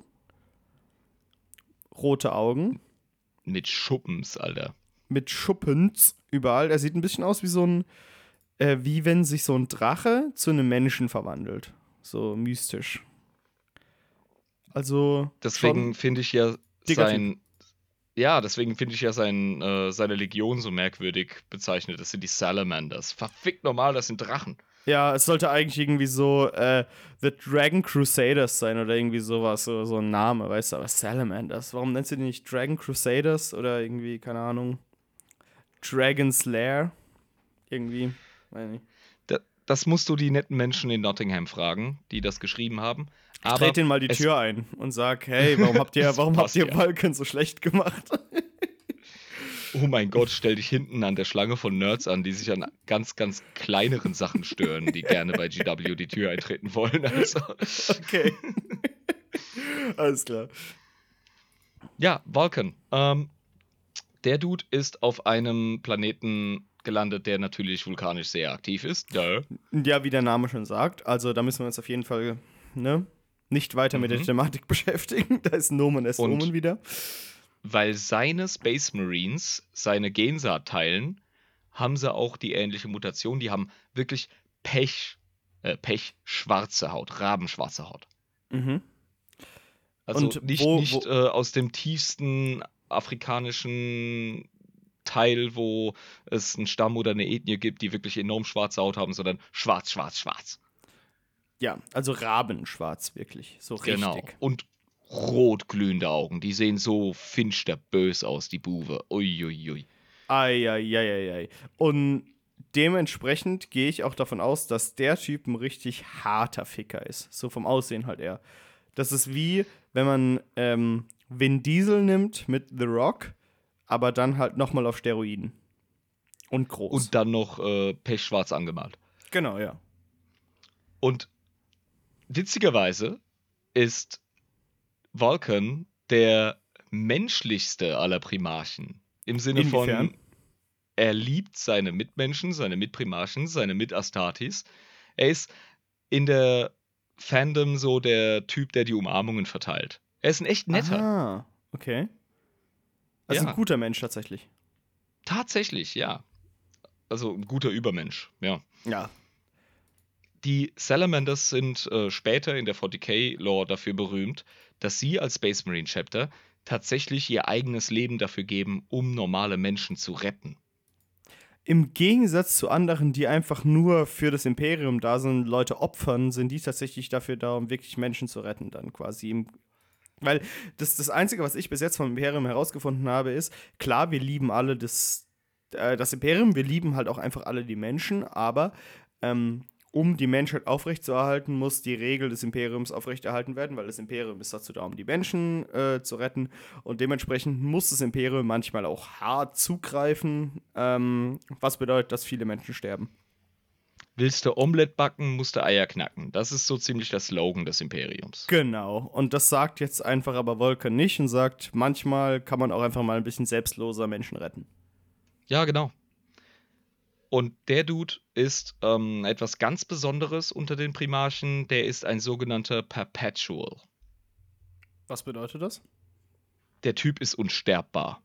Rote Augen. Mit Schuppens, Alter. Mit Schuppens überall. Er sieht ein bisschen aus wie so ein, äh, wie wenn sich so ein Drache zu einem Menschen verwandelt. So mystisch. Also. Deswegen finde ich ja dicker sein. Ja, deswegen finde ich ja sein, äh, seine Legion so merkwürdig bezeichnet. Das sind die Salamanders. Verfickt normal, das sind Drachen. Ja, es sollte eigentlich irgendwie so äh, The Dragon Crusaders sein oder irgendwie sowas, so, so ein Name, weißt du, aber Salamanders. Warum nennst du die nicht Dragon Crusaders oder irgendwie, keine Ahnung, Dragon's Lair? Irgendwie, weiß nicht. Da, das musst du die netten Menschen in Nottingham fragen, die das geschrieben haben. Ich trete denen mal die es- Tür ein und sag, hey, warum habt ihr, Das warum habt passt ihr ja. Vulkan so schlecht gemacht? Oh mein Gott, stell dich hinten an der Schlange von Nerds an, die sich an ganz, ganz kleineren Sachen stören, die gerne bei G W die Tür eintreten wollen. Also. Okay. Alles klar. Ja, Vulkan. Ähm, der Dude ist auf einem Planeten gelandet, der natürlich vulkanisch sehr aktiv ist. Ja. Ja, wie der Name schon sagt, also da müssen wir uns auf jeden Fall, ne, nicht weiter mit der Mhm. Thematik beschäftigen. Da ist Nomen es Und- Omen wieder. Weil seine Space Marines seine Gensaat teilen, haben sie auch die ähnliche Mutation. Die haben wirklich Pech, äh, Pech-schwarze Haut, rabenschwarze Haut. Mhm. Also Und nicht, wo- nicht wo- äh, aus dem tiefsten afrikanischen Teil, wo es einen Stamm oder eine Ethnie gibt, die wirklich enorm schwarze Haut haben, sondern schwarz, schwarz, schwarz. Ja, also Rabenschwarz wirklich, so Genau. richtig. Und rot glühende Augen. Die sehen so finster bös aus, die Buwe. Uiuiui. Eieieiei. Und dementsprechend gehe ich auch davon aus, dass der Typ ein richtig harter Ficker ist. So vom Aussehen halt eher. Das ist wie, wenn man ähm, Vin Diesel nimmt mit The Rock, aber dann halt nochmal auf Steroiden. Und groß. Und dann noch äh, pechschwarz angemalt. genau, ja. Und witzigerweise ist Vulkan der menschlichste aller Primarchen. Im Sinne Inwiefern? von, er liebt seine Mitmenschen, seine Mitprimarchen, seine Mitastartes. Er ist in der Fandom so der Typ, der die Umarmungen verteilt. Er ist ein echt netter. Ah, okay. Also Ja. ein guter Mensch tatsächlich. Tatsächlich, ja. Also ein guter Übermensch, ja. Ja. Die Salamanders sind äh, später in der forty K-Lore dafür berühmt, dass sie als Space Marine Chapter tatsächlich ihr eigenes Leben dafür geben, um normale Menschen zu retten. Im Gegensatz zu anderen, die einfach nur für das Imperium da sind, Leute opfern, sind die tatsächlich dafür da, um wirklich Menschen zu retten, dann quasi. Im Weil das, das Einzige, was ich bis jetzt vom Imperium herausgefunden habe, ist, klar, wir lieben alle das, äh, das Imperium, wir lieben halt auch einfach alle die Menschen, aber ähm, um die Menschheit aufrechtzuerhalten, muss die Regel des Imperiums aufrechterhalten werden, weil das Imperium ist dazu da, um die Menschen äh, zu retten. Und dementsprechend muss das Imperium manchmal auch hart zugreifen, ähm, was bedeutet, dass viele Menschen sterben. Willst du Omelette backen, musst du Eier knacken. Das ist so ziemlich der Slogan des Imperiums. Genau. Und das sagt jetzt einfach aber Vulcan nicht und sagt, manchmal kann man auch einfach mal ein bisschen selbstloser Menschen retten. Ja, genau. Und der Dude ist ähm, etwas ganz Besonderes unter den Primarchen. Der ist ein sogenannter Perpetual. Was bedeutet das? Der Typ ist unsterbbar.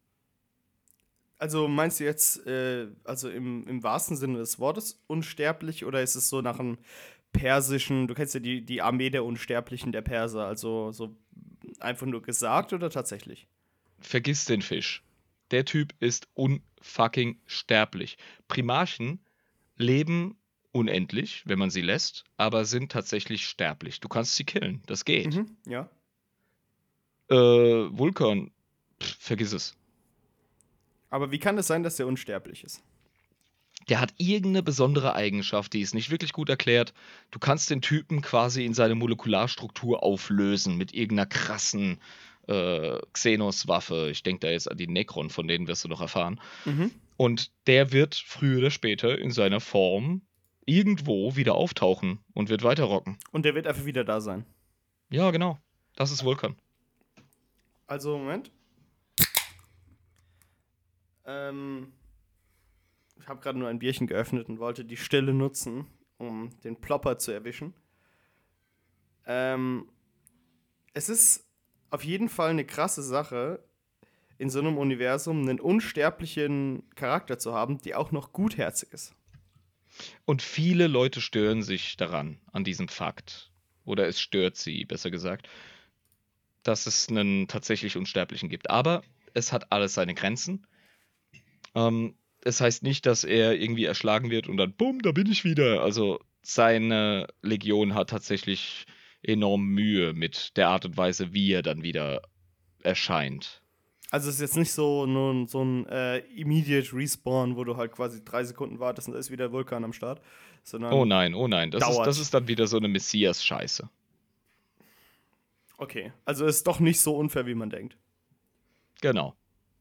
Also meinst du jetzt, äh, also im, im wahrsten Sinne des Wortes unsterblich oder ist es so nach einem persischen, du kennst ja die, die Armee der Unsterblichen der Perser, also so einfach nur gesagt oder tatsächlich? Vergiss den Fisch. Der Typ ist unfucking sterblich. Primarchen leben unendlich, wenn man sie lässt, aber sind tatsächlich sterblich. Du kannst sie killen, das geht. Mhm, ja. Äh, Vulkan, pff, vergiss es. Aber wie kann es sein, dass der unsterblich ist? Der hat irgendeine besondere Eigenschaft, die ist nicht wirklich gut erklärt. Du kannst den Typen quasi in seine Molekularstruktur auflösen mit irgendeiner krassen äh, Xenos-Waffe. Ich denke da jetzt an die Necron, von denen wirst du noch erfahren. Mhm. Und der wird früher oder später in seiner Form irgendwo wieder auftauchen und wird weiterrocken. Und der wird einfach wieder da sein. Ja, genau. Das ist Vulkan. Also, Moment. Ähm, ich habe gerade nur ein Bierchen geöffnet und wollte die Stille nutzen, um den Plopper zu erwischen. Ähm, es ist auf jeden Fall eine krasse Sache, in so einem Universum einen unsterblichen Charakter zu haben, der auch noch gutherzig ist. Und viele Leute stören sich daran, an diesem Fakt. Oder es stört sie, besser gesagt, dass es einen tatsächlich Unsterblichen gibt. Aber es hat alles seine Grenzen. Ähm, es heißt nicht, dass er irgendwie erschlagen wird und dann, bumm, da bin ich wieder. Also seine Legion hat tatsächlich enorm Mühe mit der Art und Weise, wie er dann wieder erscheint. Also es ist jetzt nicht so, nur so ein äh, Immediate Respawn, wo du halt quasi drei Sekunden wartest und da ist wieder Vulkan am Start, sondern Oh nein, oh nein, das ist, dauert. das ist dann wieder so eine Messias-Scheiße. Okay, also ist doch nicht so unfair, wie man denkt. Genau.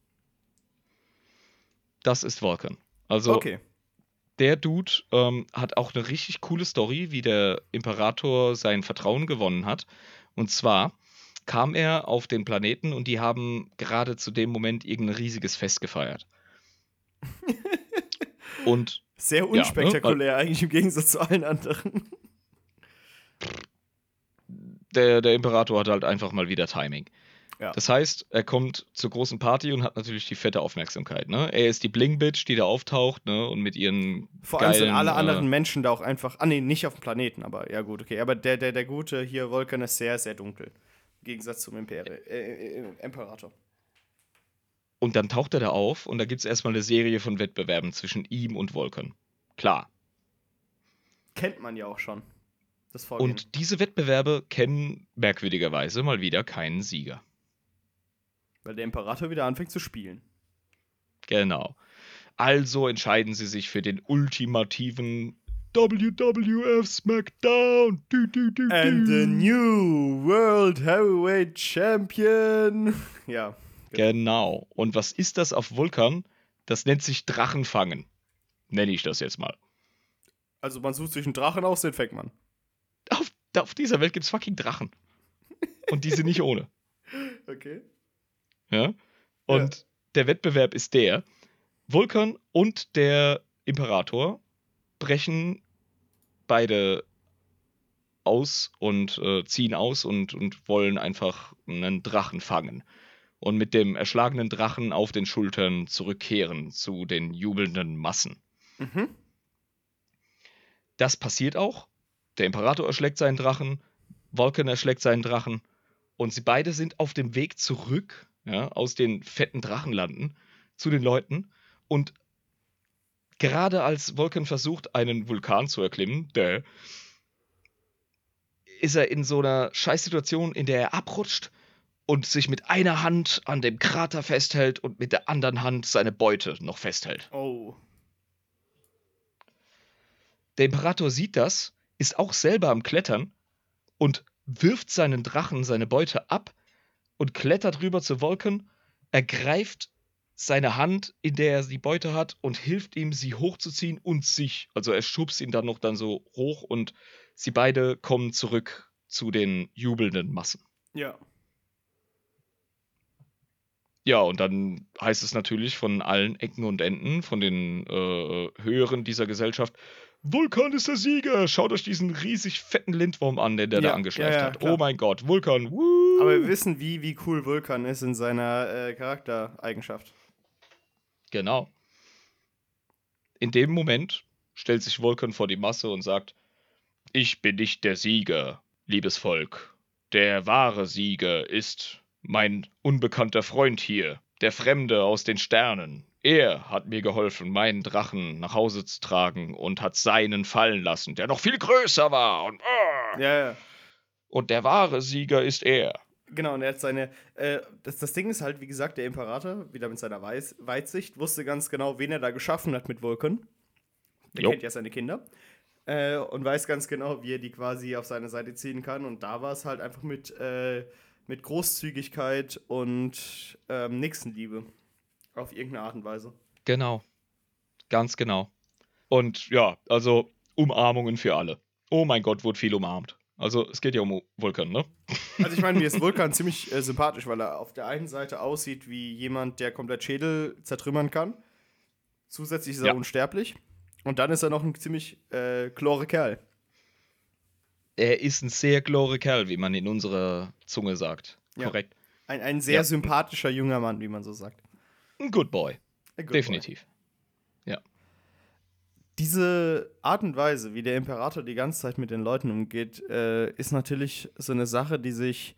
Das ist Vulkan. Also Okay. der Dude ähm, hat auch eine richtig coole Story, wie der Imperator sein Vertrauen gewonnen hat. Und zwar kam er auf den Planeten und die haben gerade zu dem Moment irgendein riesiges Fest gefeiert. Und Sehr ja, ne, unspektakulär eigentlich im Gegensatz zu allen anderen. der, der Imperator hat halt einfach mal wieder Timing. Ja. Das heißt, er kommt zur großen Party und hat natürlich die fette Aufmerksamkeit. Ne? Er ist die Bling-Bitch, die da auftaucht, ne? Und mit ihren Vor allem sind geilen, alle anderen äh, Menschen da auch einfach. Ah, nee, nicht auf dem Planeten, aber ja, gut, okay. Aber der, der, der gute hier, Vulkan, ist sehr, sehr dunkel. Im Gegensatz zum Imperi äh, äh, Imperator. Und dann taucht er da auf und da gibt es erstmal eine Serie von Wettbewerben zwischen ihm und Vulkan. Klar. Kennt man ja auch schon. Das Vorgehen. Und diese Wettbewerbe kennen merkwürdigerweise mal wieder keinen Sieger. Weil der Imperator wieder anfängt zu spielen. Genau. Also entscheiden sie sich für den ultimativen W W F SmackDown. Du, du, du, And the du. new World Heavyweight Champion. Ja. Genau. Und was ist das auf Vulkan? Das nennt sich Drachenfangen. Nenne ich das jetzt mal. Also man sucht sich einen Drachen aus, den fängt man. Auf, auf dieser Welt gibt es fucking Drachen. Und die sind nicht ohne. Okay. Ja? Und Ja. der Wettbewerb ist der: Vulkan und der Imperator brechen beide aus und äh, ziehen aus und, und wollen einfach einen Drachen fangen. Und mit dem erschlagenen Drachen auf den Schultern zurückkehren zu den jubelnden Massen. Mhm. Das passiert auch. Der Imperator erschlägt seinen Drachen, Vulkan erschlägt seinen Drachen und sie beide sind auf dem Weg zurück, ja, aus den fetten Drachenlanden zu den Leuten. Und gerade als Vulkan versucht, einen Vulkan zu erklimmen, der, ist er in so einer Scheißsituation, in der er abrutscht und sich mit einer Hand an dem Krater festhält und mit der anderen Hand seine Beute noch festhält. Oh. Der Imperator sieht das, ist auch selber am Klettern und wirft seinen Drachen, seine Beute ab und klettert rüber zu Vulcan, ergreift seine Hand, in der er die Beute hat, und hilft ihm, sie hochzuziehen und sich. Also er schubst ihn dann noch dann so hoch und sie beide kommen zurück zu den jubelnden Massen. Ja. Ja, und dann heißt es natürlich von allen Ecken und Enden, von den äh, Höheren dieser Gesellschaft, Vulkan ist der Sieger! Schaut euch diesen riesig fetten Lindwurm an, den der Ja, da angeschleift ja, ja, hat. klar. Oh mein Gott, Vulkan, wuh! Aber wir wissen, wie, wie cool Vulkan ist in seiner äh, Charaktereigenschaft. Genau. In dem Moment stellt sich Vulkan vor die Masse und sagt, ich bin nicht der Sieger, liebes Volk. Der wahre Sieger ist mein unbekannter Freund hier, der Fremde aus den Sternen. Er hat mir geholfen, meinen Drachen nach Hause zu tragen und hat seinen fallen lassen, der noch viel größer war. Und, ah! Ja, ja. und der wahre Sieger ist er. Genau, und er hat seine. Äh, das, das Ding ist halt, wie gesagt, der Imperator, wieder mit seiner Weiß, Weitsicht, wusste ganz genau, wen er da geschaffen hat mit Vulkan. Der Jo. kennt ja seine Kinder. Äh, und weiß ganz genau, wie er die quasi auf seine Seite ziehen kann. Und da war es halt einfach mit, äh, mit Großzügigkeit und ähm, Nächstenliebe. Auf irgendeine Art und Weise. Genau. Ganz genau. Und ja, also Umarmungen für alle. Oh mein Gott, wurde viel umarmt. Also es geht ja um Vulkan, ne? Also ich meine, mir ist Vulkan ziemlich äh, sympathisch, weil er auf der einen Seite aussieht wie jemand, der komplett Schädel zertrümmern kann. Zusätzlich ist er Ja. unsterblich. Und dann ist er noch ein ziemlich äh, chlore Kerl. Er ist ein sehr chlore Kerl, wie man in unserer Zunge sagt. Ja. Korrekt. Ein, ein sehr Ja. sympathischer junger Mann, wie man so sagt. Ein Good Boy. A good Definitiv. boy. Diese Art und Weise, wie der Imperator die ganze Zeit mit den Leuten umgeht, äh, ist natürlich so eine Sache, die sich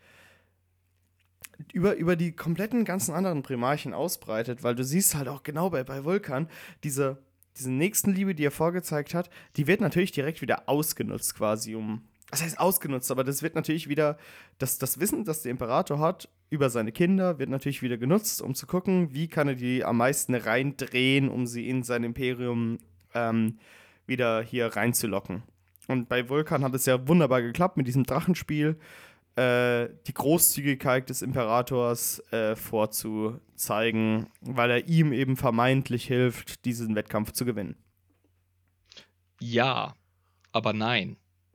über, über die kompletten ganzen anderen Primarchen ausbreitet, weil du siehst halt auch genau bei, bei Vulkan, diese, diese Nächstenliebe, die er vorgezeigt hat, die wird natürlich direkt wieder ausgenutzt quasi, um, das heißt ausgenutzt, aber das wird natürlich wieder, das, das Wissen, das der Imperator hat über seine Kinder, wird natürlich wieder genutzt, um zu gucken, wie kann er die am meisten reindrehen, um sie in sein Imperium ähm, wieder hier reinzulocken. Und bei Vulkan hat es ja wunderbar geklappt mit diesem Drachenspiel, äh, die Großzügigkeit des Imperators äh, vorzuzeigen, weil er ihm eben vermeintlich hilft, diesen Wettkampf zu gewinnen. Ja, aber nein.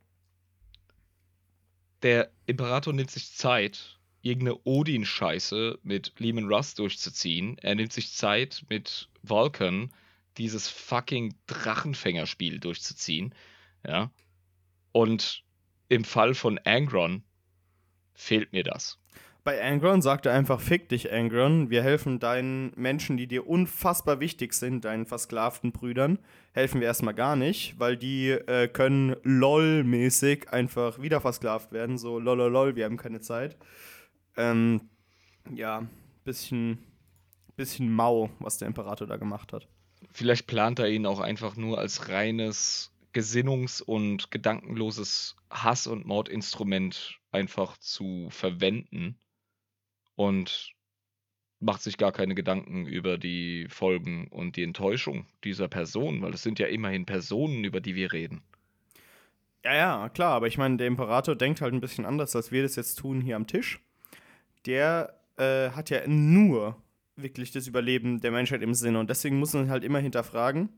Der Imperator nimmt sich Zeit, irgendeine Odin-Scheiße mit Leman Russ durchzuziehen. Er nimmt sich Zeit, mit Vulkan dieses fucking Drachenfängerspiel durchzuziehen. Ja. Und im Fall von Angron fehlt mir das. Bei Angron sagt er einfach, fick dich, Angron. Wir helfen deinen Menschen, die dir unfassbar wichtig sind, deinen versklavten Brüdern, helfen wir erstmal gar nicht, weil die äh, können LOL-mäßig einfach wieder versklavt werden. So, lololol, wir haben keine Zeit. Ähm, ja, bisschen, bisschen mau, was der Imperator da gemacht hat. Vielleicht plant er ihn auch einfach nur als reines gesinnungs- und gedankenloses Hass- und Mordinstrument einfach zu verwenden und macht sich gar keine Gedanken über die Folgen und die Enttäuschung dieser Person, weil es sind ja immerhin Personen, über die wir reden. Ja, ja, klar, aber ich meine, der Imperator denkt halt ein bisschen anders, als wir das jetzt tun hier am Tisch. Der äh, hat ja nur wirklich das Überleben der Menschheit im Sinne und deswegen muss man halt immer hinterfragen,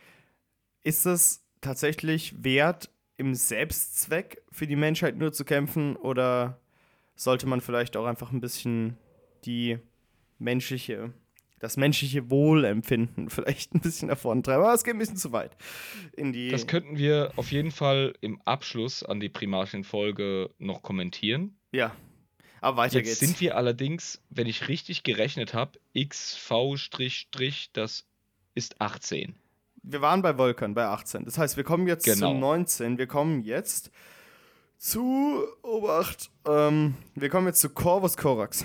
ist es tatsächlich wert, im Selbstzweck für die Menschheit nur zu kämpfen oder sollte man vielleicht auch einfach ein bisschen die menschliche, das menschliche Wohlempfinden vielleicht ein bisschen nach vorne treiben, aber es geht ein bisschen zu weit in die... Das könnten wir auf jeden Fall im Abschluss an die Primarchen-Folge noch kommentieren. Ja, aber weiter Jetzt geht's. sind wir allerdings, wenn ich richtig gerechnet habe, X V das ist achtzehn. Wir waren bei Vulkan bei achtzehn. Das heißt, wir kommen jetzt Genau. zu neunzehn. Wir kommen jetzt zu, Obacht, ähm, wir kommen jetzt zu Corvus Corax,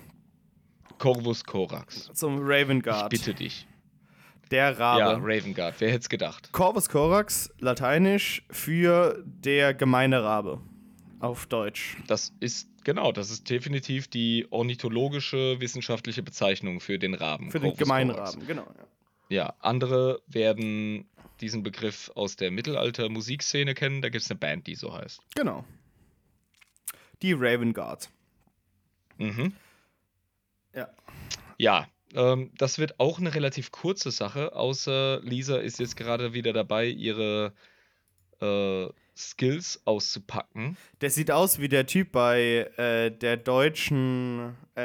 Corvus Corax. zum Ich Ravengard, bitte dich. der Rabe. Ja, Ravengard, wer hätte es gedacht? Corvus Corax, lateinisch für der gemeine Rabe, auf Deutsch. Das ist, genau, das ist definitiv die ornithologische wissenschaftliche Bezeichnung für den Raben. Für den Corvus gemeinen Corax. Raben, genau. Ja. Ja, andere werden diesen Begriff aus der Mittelalter-Musikszene kennen, da gibt es eine Band, die so heißt. Genau. Die Raven Guard. Mhm. Ja. Ja, ähm, das wird auch eine relativ kurze Sache, außer Lisa ist jetzt gerade wieder dabei, ihre äh, Skills auszupacken. Der sieht aus wie der Typ bei äh, der deutschen äh,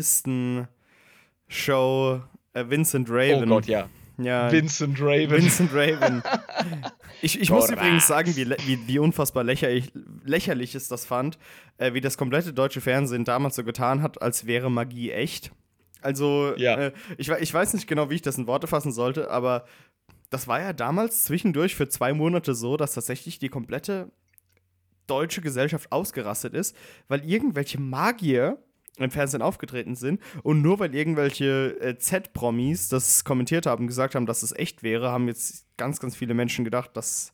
Mentalisten-Show äh, Vincent Raven. Oh Gott, ja. Ja, Vincent Raven. Vincent Raven. Ich, ich muss Korax. übrigens sagen, wie, lä- wie, wie unfassbar lächerlich, lächerlich es das fand, äh, wie das komplette deutsche Fernsehen damals so getan hat, als wäre Magie echt. Also, Ja. äh, ich, we- ich weiß nicht genau, wie ich das in Worte fassen sollte, aber das war ja damals zwischendurch für zwei Monate so, dass tatsächlich die komplette deutsche Gesellschaft ausgerastet ist, weil irgendwelche Magier im Fernsehen aufgetreten sind und nur weil irgendwelche äh, Z-Promis das kommentiert haben, gesagt haben, dass es echt wäre, haben jetzt ganz, ganz viele Menschen gedacht, dass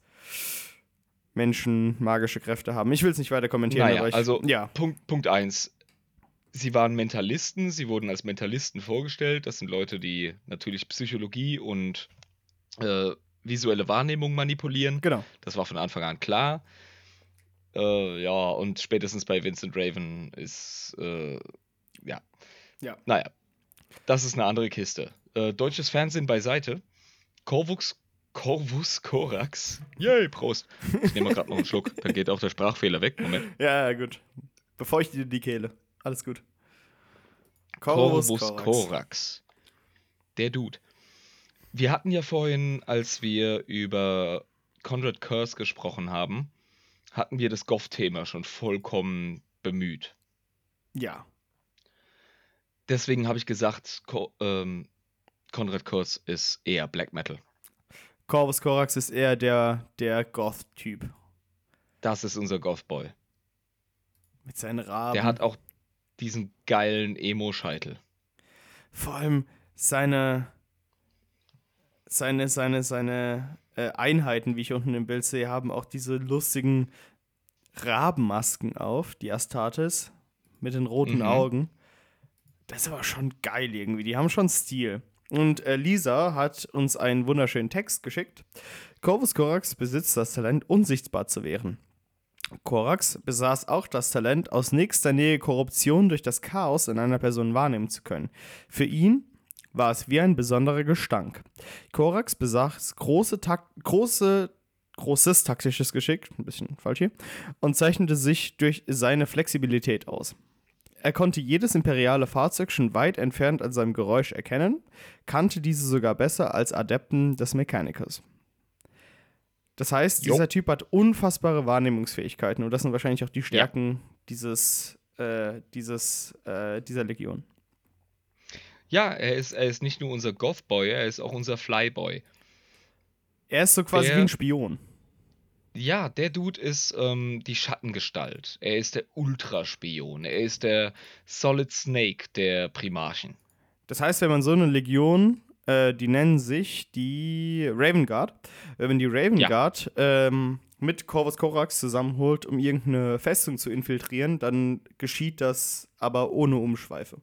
Menschen magische Kräfte haben. Ich will es nicht weiter kommentieren, Naja, aber ich, also ja, Punkt, Punkt eins. Sie waren Mentalisten, sie wurden als Mentalisten vorgestellt. Das sind Leute, die natürlich Psychologie und äh, visuelle Wahrnehmung manipulieren. genau. Das war von Anfang an klar. Äh, ja, und spätestens bei Vincent Raven ist, äh, ja. Ja. Naja, das ist eine andere Kiste. Äh, deutsches Fernsehen beiseite. Corvus, Corvus Corax. Yay, Prost. Ich nehme mal gerade noch einen Schluck, dann geht auch der Sprachfehler weg. Moment. Ja, ja, gut. Bevor ich dir die Kehle. Alles gut. Corvus Corax. Corax. Der Dude. Wir hatten ja vorhin, als wir über Conrad Curse gesprochen haben, hatten wir das Goth-Thema schon vollkommen bemüht. Ja. Deswegen habe ich gesagt, Co ähm, Conrad Curse ist eher Black Metal. Corvus Corax ist eher der, der Goth-Typ. Das ist unser Goth-Boy. Mit seinen Raben. Der hat auch diesen geilen Emo-Scheitel. Vor allem seine seine, seine, seine äh, Einheiten, wie ich unten im Bild sehe, haben auch diese lustigen Rabenmasken auf, die Astartes, mit den roten Mhm. Augen. Das ist aber schon geil irgendwie, die haben schon Stil. Und äh, Lisa hat uns einen wunderschönen Text geschickt. Corvus Corax besitzt das Talent, unsichtbar zu werden. Corax besaß auch das Talent, aus nächster Nähe Korruption durch das Chaos in einer Person wahrnehmen zu können. Für ihn war es wie ein besonderer Gestank. Corax besaß große Tak- große, großes taktisches Geschick, ein bisschen falsch hier, und zeichnete sich durch seine Flexibilität aus. Er konnte jedes imperiale Fahrzeug schon weit entfernt an seinem Geräusch erkennen, kannte diese sogar besser als Adepten des Mechanicus. Das heißt, Jo. dieser Typ hat unfassbare Wahrnehmungsfähigkeiten und das sind wahrscheinlich auch die Stärken dieses, äh, dieses, äh, dieser Legion. Ja, er ist, er ist nicht nur unser Goth-Boy, er ist auch unser Flyboy. Er ist so quasi Der- wie ein Spion. Ja, der Dude ist ähm, die Schattengestalt. Er ist der Ultraspion. Er ist der Solid Snake der Primarchen. Das heißt, wenn man so eine Legion, äh, die nennen sich die Raven Guard, wenn man die Raven Ja. Guard ähm, mit Corvus Corax zusammenholt, um irgendeine Festung zu infiltrieren, dann geschieht das aber ohne Umschweife.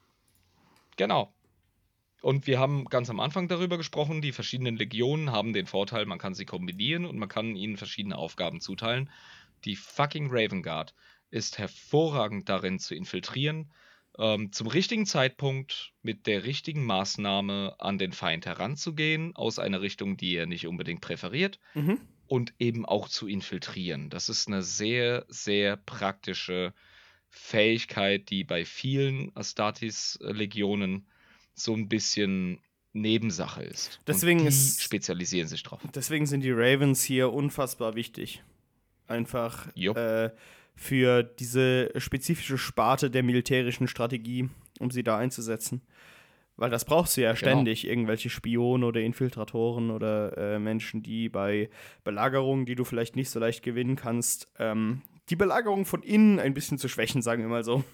Genau. Und wir haben ganz am Anfang darüber gesprochen, die verschiedenen Legionen haben den Vorteil, man kann sie kombinieren und man kann ihnen verschiedene Aufgaben zuteilen. Die fucking Raven Guard ist hervorragend darin zu infiltrieren, ähm, zum richtigen Zeitpunkt mit der richtigen Maßnahme an den Feind heranzugehen, aus einer Richtung, die er nicht unbedingt präferiert, Mhm. und eben auch zu infiltrieren. Das ist eine sehr, sehr praktische Fähigkeit, die bei vielen Astartes-Legionen so ein bisschen Nebensache ist. Deswegen und die ist- spezialisieren sich drauf. Deswegen sind die Ravens hier unfassbar wichtig. Einfach Jo. äh, für diese spezifische Sparte der militärischen Strategie, um sie da einzusetzen. Weil das brauchst du ja Genau. ständig, irgendwelche Spione oder Infiltratoren oder äh, Menschen, die bei Belagerungen, die du vielleicht nicht so leicht gewinnen kannst, ähm, die Belagerung von innen ein bisschen zu schwächen, sagen wir mal so.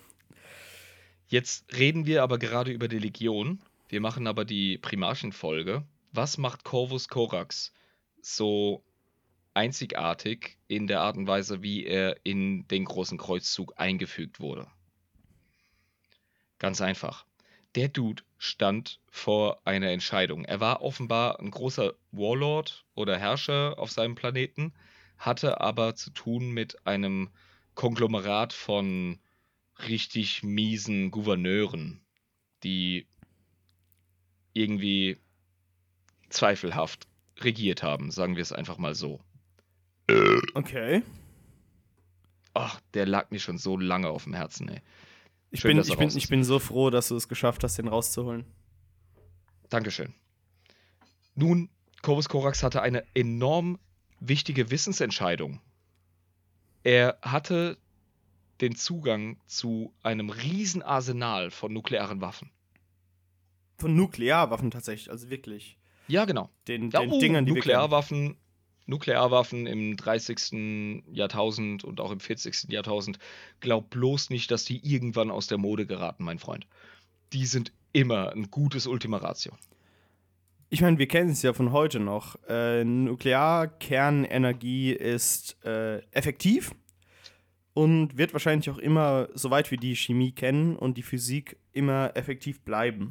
Jetzt reden wir aber gerade über die Legion. Wir machen aber die Primarchen-Folge. Was macht Corvus Corax so einzigartig in der Art und Weise, wie er in den großen Kreuzzug eingefügt wurde? Ganz einfach. Der Dude stand vor einer Entscheidung. Er war offenbar ein großer Warlord oder Herrscher auf seinem Planeten, hatte aber zu tun mit einem Konglomerat von richtig miesen Gouverneuren, die irgendwie zweifelhaft regiert haben, sagen wir es einfach mal so. Okay. Ach, der lag mir schon so lange auf dem Herzen, ey. Ich Schön, bin, dass er ich, bin, raus ich ist. bin so froh, dass du es geschafft hast, den rauszuholen. Dankeschön. Nun, Corvus Corax hatte eine enorm wichtige Wissensentscheidung. Er hatte den Zugang zu einem riesen Arsenal von nuklearen Waffen. Von Nuklearwaffen tatsächlich, also wirklich. Ja, genau. Den, Ja, den oh, Dingern, die wir kennen. Nuklearwaffen, Nuklearwaffen im dreißigsten Jahrtausend und auch im vierzigsten Jahrtausend. Glaub bloß nicht, dass die irgendwann aus der Mode geraten, mein Freund. Die sind immer ein gutes Ultima Ratio. Ich meine, wir kennen es ja von heute noch. Äh, Nuklearkernenergie ist äh, effektiv und wird wahrscheinlich auch immer, soweit wir die Chemie kennen und die Physik, immer effektiv bleiben.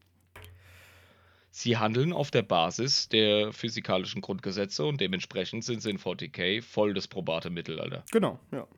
Sie handeln auf der Basis der physikalischen Grundgesetze und dementsprechend sind sie in vierzig K voll das probate Mittel, Alter. Genau, ja.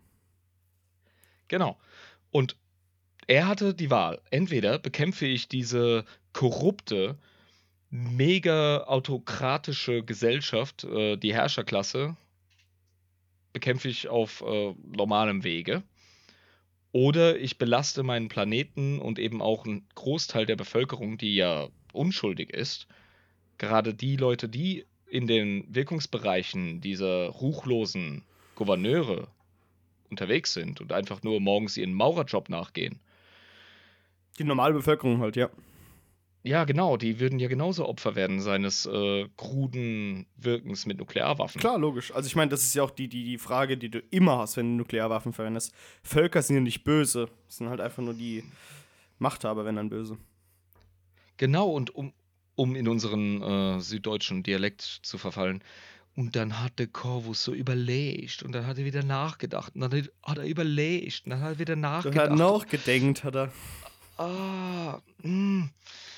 Genau. Und er hatte die Wahl. Entweder bekämpfe ich diese korrupte, mega autokratische Gesellschaft, äh, die Herrscherklasse, bekämpfe ich auf äh, normalem Wege. Oder ich belaste meinen Planeten und eben auch einen Großteil der Bevölkerung, die ja unschuldig ist. Gerade die Leute, die in den Wirkungsbereichen dieser ruchlosen Gouverneure unterwegs sind und einfach nur morgens ihren Maurerjob nachgehen. Die normale Bevölkerung halt, ja. Ja, genau, die würden ja genauso Opfer werden seines äh, kruden Wirkens mit Nuklearwaffen. Klar, logisch. Also ich meine, das ist ja auch die, die, die Frage, die du immer hast, wenn du Nuklearwaffen verwendest. Völker sind ja nicht böse. Das sind halt einfach nur die Machthaber, wenn dann böse. Genau, und um, um in unseren äh, süddeutschen Dialekt zu verfallen. Und dann hat der Corvus so überlegt und dann hat er wieder nachgedacht. Und dann hat er- hat er überlegt und dann hat er wieder Du nachgedacht. hat noch gedenkt, hat er. Ah, mm.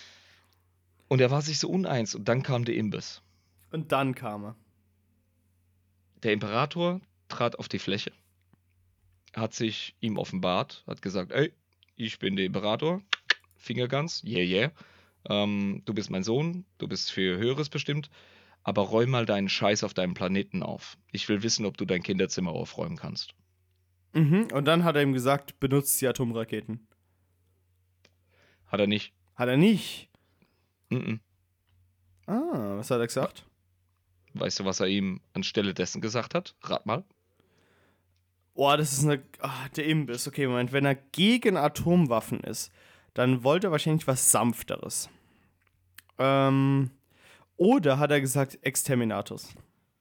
Und er war sich so uneins und dann kam der Imbiss. Und dann kam er. Der Imperator trat auf die Fläche, hat sich ihm offenbart, hat gesagt, ey, ich bin der Imperator, Fingerguns, yeah, yeah. Ähm, du bist mein Sohn, du bist für Höheres bestimmt, aber räum mal deinen Scheiß auf deinem Planeten auf. Ich will wissen, ob du dein Kinderzimmer aufräumen kannst. Mhm. Und dann hat er ihm gesagt, benutzt die Atomraketen. Hat er nicht. Hat er nicht. Mm-mm. Ah, was hat er gesagt? Weißt du, was er ihm anstelle dessen gesagt hat? Rat mal. Boah, das ist eine. Ah, der Imbiss. Okay, Moment. Wenn er gegen Atomwaffen ist, dann wollte er wahrscheinlich was Sanfteres. Ähm. Oder hat er gesagt Exterminatus?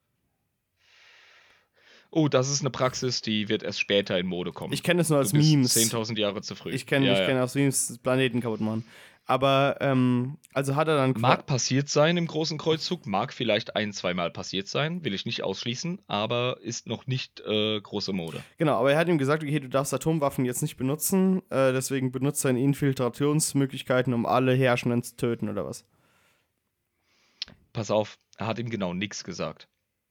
Oh, das ist eine Praxis, die wird erst später in Mode kommen. Ich kenne das nur als du bist Memes. zehntausend Jahre zu früh. Ich kenne ja, ich ja. kenn aus Memes Planeten kaputt machen. Aber, ähm, also hat er dann Mag passiert sein im großen Kreuzzug, mag vielleicht ein, zweimal passiert sein, will ich nicht ausschließen, aber ist noch nicht äh, große Mode. Genau, aber er hat ihm gesagt, okay, du darfst Atomwaffen jetzt nicht benutzen, äh, deswegen benutzt seine Infiltrationsmöglichkeiten, um alle Herrschenden zu töten, oder was? Pass auf, er hat ihm genau nichts gesagt.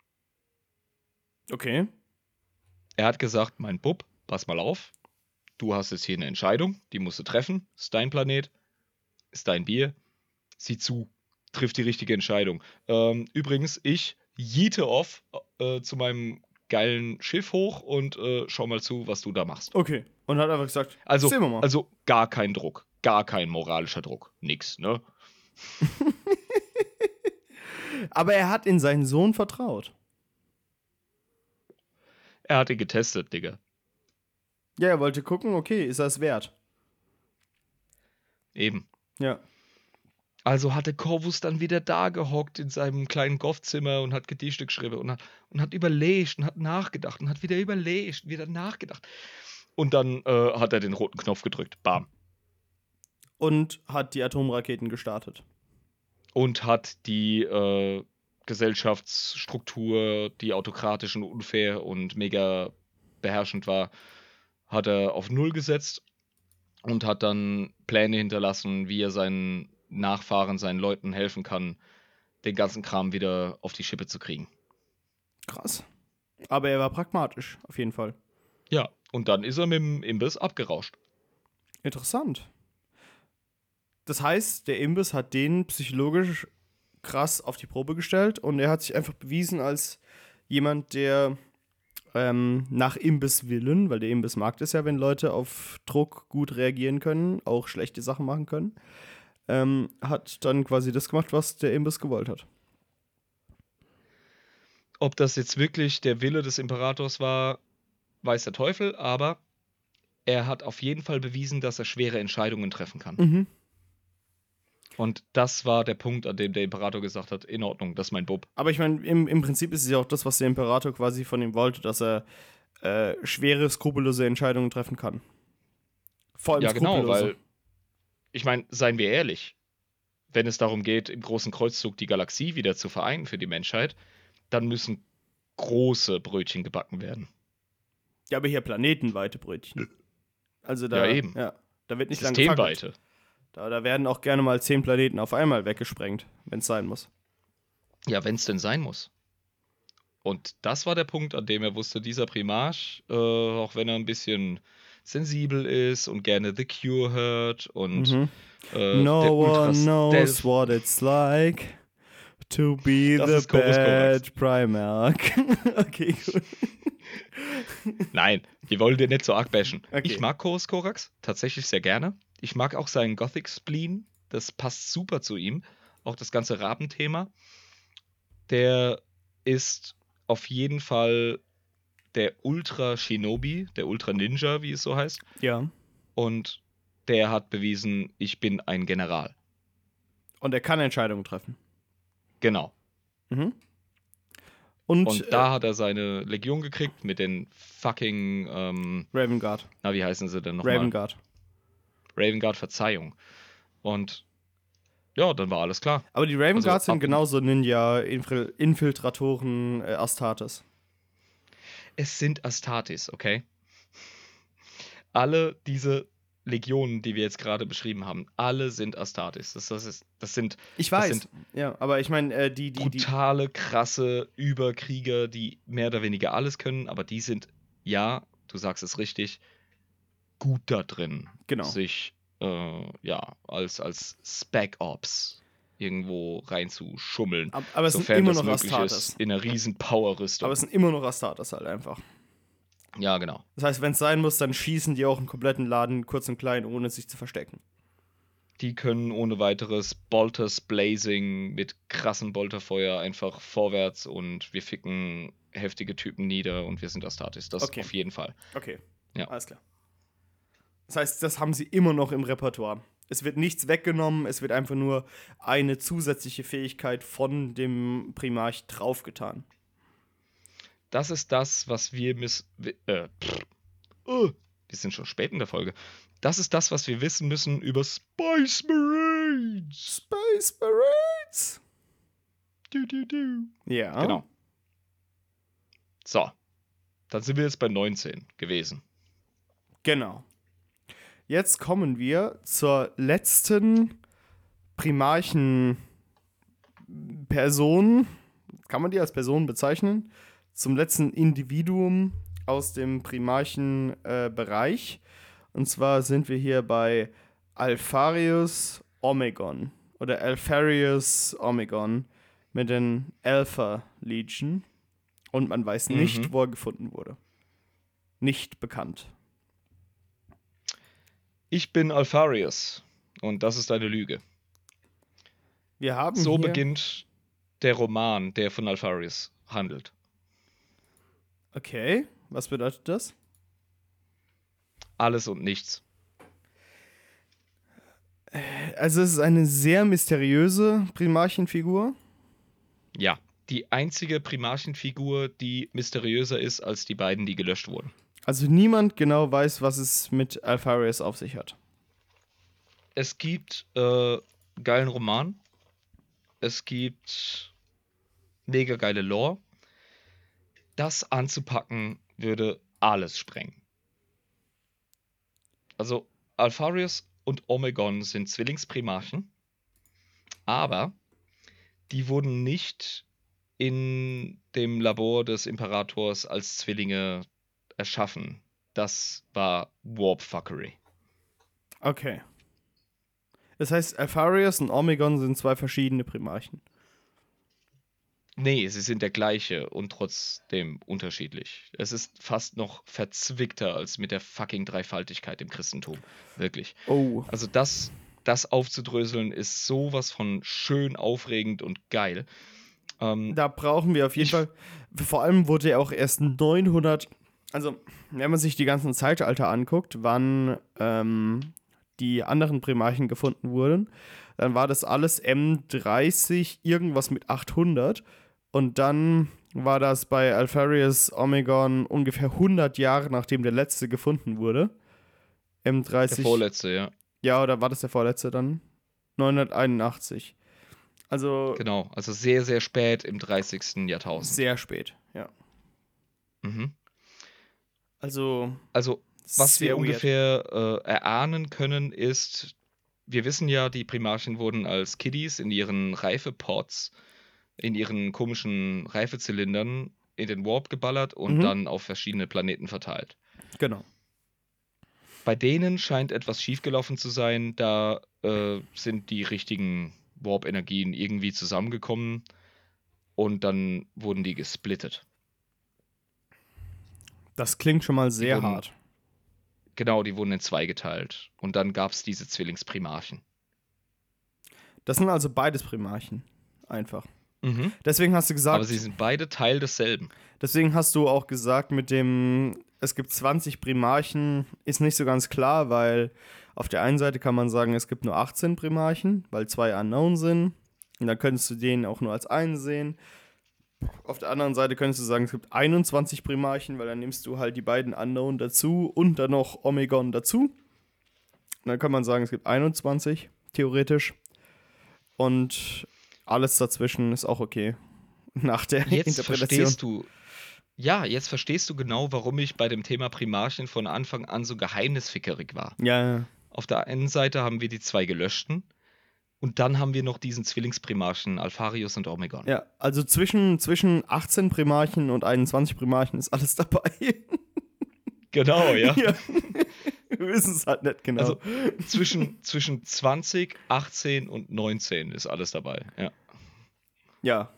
Okay. Er hat gesagt, mein Bub, pass mal auf, du hast jetzt hier eine Entscheidung, die musst du treffen, ist dein Planet, ist dein Bier, sieh zu, triff die richtige Entscheidung. Ähm, übrigens, ich jiete off äh, zu meinem geilen Schiff hoch und äh, schau mal zu, was du da machst. Okay. Und hat einfach gesagt, Also, sehen wir mal. also gar kein Druck, gar kein moralischer Druck, nix, ne? Aber er hat in seinen Sohn vertraut. Er hat ihn getestet, Digga. Ja, er wollte gucken, okay, ist er es wert? Eben. Ja. Also hatte Corvus dann wieder da gehockt in seinem kleinen Goffzimmer und hat Gedichte geschrieben und hat, und hat überlegt und hat nachgedacht und hat wieder überlegt und wieder nachgedacht. Und dann äh, hat er den roten Knopf gedrückt. Bam. Und hat die Atomraketen gestartet. Und hat die äh, Gesellschaftsstruktur, die autokratisch und unfair und mega beherrschend war, hat er auf Null gesetzt und hat dann Pläne hinterlassen, wie er seinen Nachfahren, seinen Leuten helfen kann, den ganzen Kram wieder auf die Schippe zu kriegen. Krass. Aber er war pragmatisch, auf jeden Fall. Ja, und dann ist er mit dem Imbiss abgerauscht. Interessant. Das heißt, der Imbiss hat den psychologisch krass auf die Probe gestellt und er hat sich einfach bewiesen als jemand, der ähm, nach Imbisswillen, weil der Imbiss mag es ja, wenn Leute auf Druck gut reagieren können, auch schlechte Sachen machen können, ähm, hat dann quasi das gemacht, was der Imbiss gewollt hat. Ob das jetzt wirklich der Wille des Imperators war, weiß der Teufel, aber er hat auf jeden Fall bewiesen, dass er schwere Entscheidungen treffen kann. Mhm. Und das war der Punkt, an dem der Imperator gesagt hat, in Ordnung, das ist mein Bub. Aber ich meine, im, im Prinzip ist es ja auch das, was der Imperator quasi von ihm wollte, dass er äh, schwere, skrupellose Entscheidungen treffen kann. Vor allem Ja, genau, skrupellose. weil, ich meine, seien wir ehrlich, wenn es darum geht, im großen Kreuzzug die Galaxie wieder zu vereinen für die Menschheit, dann müssen große Brötchen gebacken werden. Ja, aber hier planetenweite Brötchen. Also da, Ja, eben. Ja, da wird nicht lange gefackelt. Systemweite. Da, da werden auch gerne mal zehn Planeten auf einmal weggesprengt, wenn es sein muss. Ja, wenn es denn sein muss. Und das war der Punkt, an dem er wusste, dieser Primarch, äh, auch wenn er ein bisschen sensibel ist und gerne The Cure hört und Mhm. äh, No der Ultra one knows Stealth. what it's like to be Das the ist Chorus Korax. bad Primarch. Okay, gut. Nein, wir wollen den nicht so arg bashen. Okay. Ich mag Chorus Korax tatsächlich sehr gerne. Ich mag auch seinen Gothic Spleen. Das passt super zu ihm. Auch das ganze Rabenthema. Der ist auf jeden Fall der Ultra Shinobi, der Ultra Ninja, wie es so heißt. Ja. Und der hat bewiesen, ich bin ein General. Und er kann Entscheidungen treffen. Genau. Mhm. Und, Und äh, da hat er seine Legion gekriegt mit den fucking, ähm, Raven Guard. na, wie heißen sie denn nochmal? Raven Guard. Raven Guard, Verzeihung. Und ja, dann war alles klar. Aber die Raven Also Guards sind ab- genauso Ninja-Infiltratoren äh, Astartes. Es sind Astartes, okay? Alle diese Legionen, die wir jetzt gerade beschrieben haben, alle sind Astartes. Das, das, ist, das sind Ich Das weiß. sind Ja, aber ich meine, äh, die, die, die. brutale, krasse Überkrieger, die mehr oder weniger alles können, aber die sind, ja, du sagst es richtig, gut da drin, Genau. sich äh, ja, als, als Spec Ops irgendwo reinzuschummeln. Ab- aber es sind sofern immer das noch möglich Astartes. ist, in einer riesen Power-Rüstung. Aber es sind immer noch Astartes halt einfach. Ja, genau. Das heißt, wenn es sein muss, dann schießen die auch einen kompletten Laden kurz und klein, ohne sich zu verstecken. Die können ohne weiteres Bolters Blazing mit krassem Bolterfeuer einfach vorwärts und wir ficken heftige Typen nieder und wir sind Astartes. Das Okay. auf jeden Fall. Okay, Ja. alles klar. Das heißt, das haben sie immer noch im Repertoire. Es wird nichts weggenommen, es wird einfach nur eine zusätzliche Fähigkeit von dem Primarch draufgetan. Das ist das, was wir miss wi- äh, pff, uh, wir sind schon spät in der Folge. Das ist das, was wir wissen müssen über Space Marines. Space Marines! Du, du, du. Ja. Genau. So. Dann sind wir jetzt bei neunzehn gewesen. Genau. Jetzt kommen wir zur letzten Primarchen-Person. Kann man die als Person bezeichnen? Zum letzten Individuum aus dem Primarchen-Bereich. Und zwar sind wir hier bei Alpharius Omegon. Oder Alpharius Omegon mit den Alpha Legion. Und man weiß nicht, Mhm. wo er gefunden wurde. Nicht bekannt. Ich bin Alpharius und das ist eine Lüge. Wir haben So hier beginnt der Roman, der von Alpharius handelt. Okay, was bedeutet das? Alles und nichts. Also es ist eine sehr mysteriöse Primarchenfigur. Ja, die einzige Primarchenfigur, die mysteriöser ist als die beiden, die gelöscht wurden. Also niemand genau weiß, was es mit Alpharius auf sich hat. Es gibt äh, geilen Roman. Es gibt mega geile Lore. Das anzupacken würde alles sprengen. Also Alpharius und Omegon sind Zwillingsprimarchen, aber die wurden nicht in dem Labor des Imperators als Zwillinge erschaffen. Das war Warpfuckery. Okay. Das heißt, Alpharius und Omegon sind zwei verschiedene Primarchen. Nee, sie sind der gleiche und trotzdem unterschiedlich. Es ist fast noch verzwickter als mit der fucking Dreifaltigkeit im Christentum. Wirklich. Oh. Also das, das aufzudröseln ist sowas von schön aufregend und geil. Ähm, Da brauchen wir auf jeden ich- Fall. Vor allem wurde ja auch erst neunhundert. Also, wenn man sich die ganzen Zeitalter anguckt, wann ähm, die anderen Primarchen gefunden wurden, dann war das alles M dreißig, irgendwas mit achthundert. Und dann war das bei Alpharius Omegon ungefähr hundert Jahre, nachdem der letzte gefunden wurde. M der dreißig. vorletzte, ja. Ja, oder war das der vorletzte dann? neunhunderteinundachtzig. Also Genau. Also sehr, sehr spät im dreißigsten Jahrtausend. sehr spät, ja. Mhm. Also Also, was sehr wir weird. ungefähr äh, erahnen können, ist, wir wissen ja, die Primarchen wurden als Kiddies in ihren Reifepods, in ihren komischen Reifezylindern in den Warp geballert und Mhm. dann auf verschiedene Planeten verteilt. Genau. Bei denen scheint etwas schiefgelaufen zu sein, da äh, sind die richtigen Warp-Energien irgendwie zusammengekommen und dann wurden die gesplittet. Das klingt schon mal sehr wurden- hart. Genau, die wurden in zwei geteilt. Und dann gab es diese Zwillingsprimarchen. Das sind also beides Primarchen. Einfach. Mhm. Deswegen hast du gesagt, Aber sie sind beide Teil desselben. deswegen hast du auch gesagt, mit dem, es gibt zwanzig Primarchen, ist nicht so ganz klar, weil auf der einen Seite kann man sagen, es gibt nur achtzehn Primarchen, weil zwei unknown sind. Und dann könntest du den auch nur als einen sehen. Auf der anderen Seite könntest du sagen, es gibt einundzwanzig Primarchen, weil dann nimmst du halt die beiden Unknown dazu und dann noch Omegon dazu. Und dann kann man sagen, es gibt einundzwanzig, theoretisch. Und alles dazwischen ist auch okay. Nach der Jetzt Interpretation. verstehst du, ja, jetzt verstehst du genau, warum ich bei dem Thema Primarchen von Anfang an so geheimnisfickerig war. Ja, ja. Auf der einen Seite haben wir die zwei gelöschten und dann haben wir noch diesen Zwillingsprimarchen, Alpharius und Omegon. Ja, also zwischen, zwischen achtzehn Primarchen und einundzwanzig Primarchen ist alles dabei. Genau, ja. Ja. Wir wissen es halt nicht genau. Also zwischen, zwischen zwanzig, achtzehn und neunzehn ist alles dabei. Ja, ja.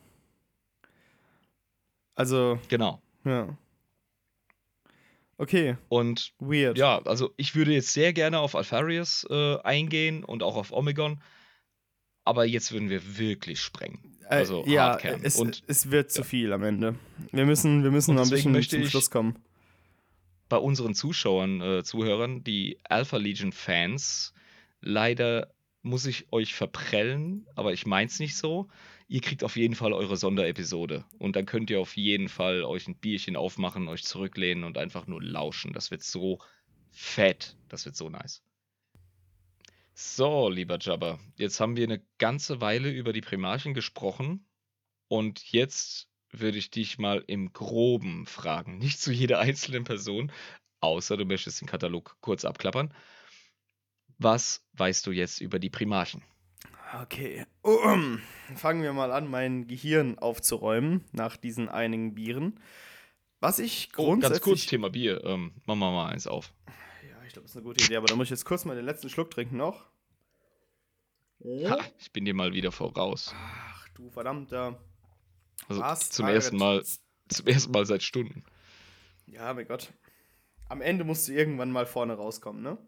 Also, genau. ja. Okay, Und weird. ja, also ich würde jetzt sehr gerne auf Alpharius äh, eingehen und auch auf Omegon, aber jetzt würden wir wirklich sprengen. Äh, Also ja, Hardcam. es, Und es wird zu viel am Ende. Wir müssen, wir müssen Und noch ein deswegen bisschen möchte zum ich- Schluss kommen. bei unseren Zuschauern, äh, Zuhörern, die Alpha Legion Fans, leider muss ich euch verprellen, aber ich mein's nicht so. Ihr kriegt auf jeden Fall eure Sonderepisode. Und dann könnt ihr auf jeden Fall euch ein Bierchen aufmachen, euch zurücklehnen und einfach nur lauschen. Das wird so fett. Das wird so nice. So, lieber Jabba, jetzt haben wir eine ganze Weile über die Primarchen gesprochen. Und jetzt würde ich dich mal im Groben fragen. Nicht zu jeder einzelnen Person, außer du möchtest den Katalog kurz abklappern. Was weißt du jetzt über die Primarchen? Okay. Um, fangen wir mal an, mein Gehirn aufzuräumen nach diesen einigen Bieren. Was ich Oh, grundsätzlich... ganz kurz, Thema Bier. Ähm, machen wir mal eins auf. Ja, ich glaube, das ist eine gute Idee, aber da muss ich jetzt kurz mal den letzten Schluck trinken noch. Ha, ich bin dir mal wieder voraus. Ach, du verdammter... Also Was? zum Margaret? ersten Mal, zum ersten Mal seit Stunden. Ja, mein Gott. Am Ende musst du irgendwann mal vorne rauskommen, ne?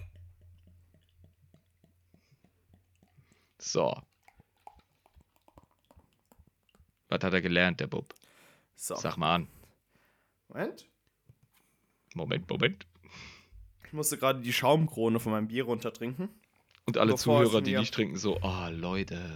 So. Was hat er gelernt, der Bub? So. Sag mal an. Moment. Moment, Moment. Ich musste gerade die Schaumkrone von meinem Bier runtertrinken. Und alle Bevor es Zuhörer, die mir- nicht trinken, so, oh, Leute.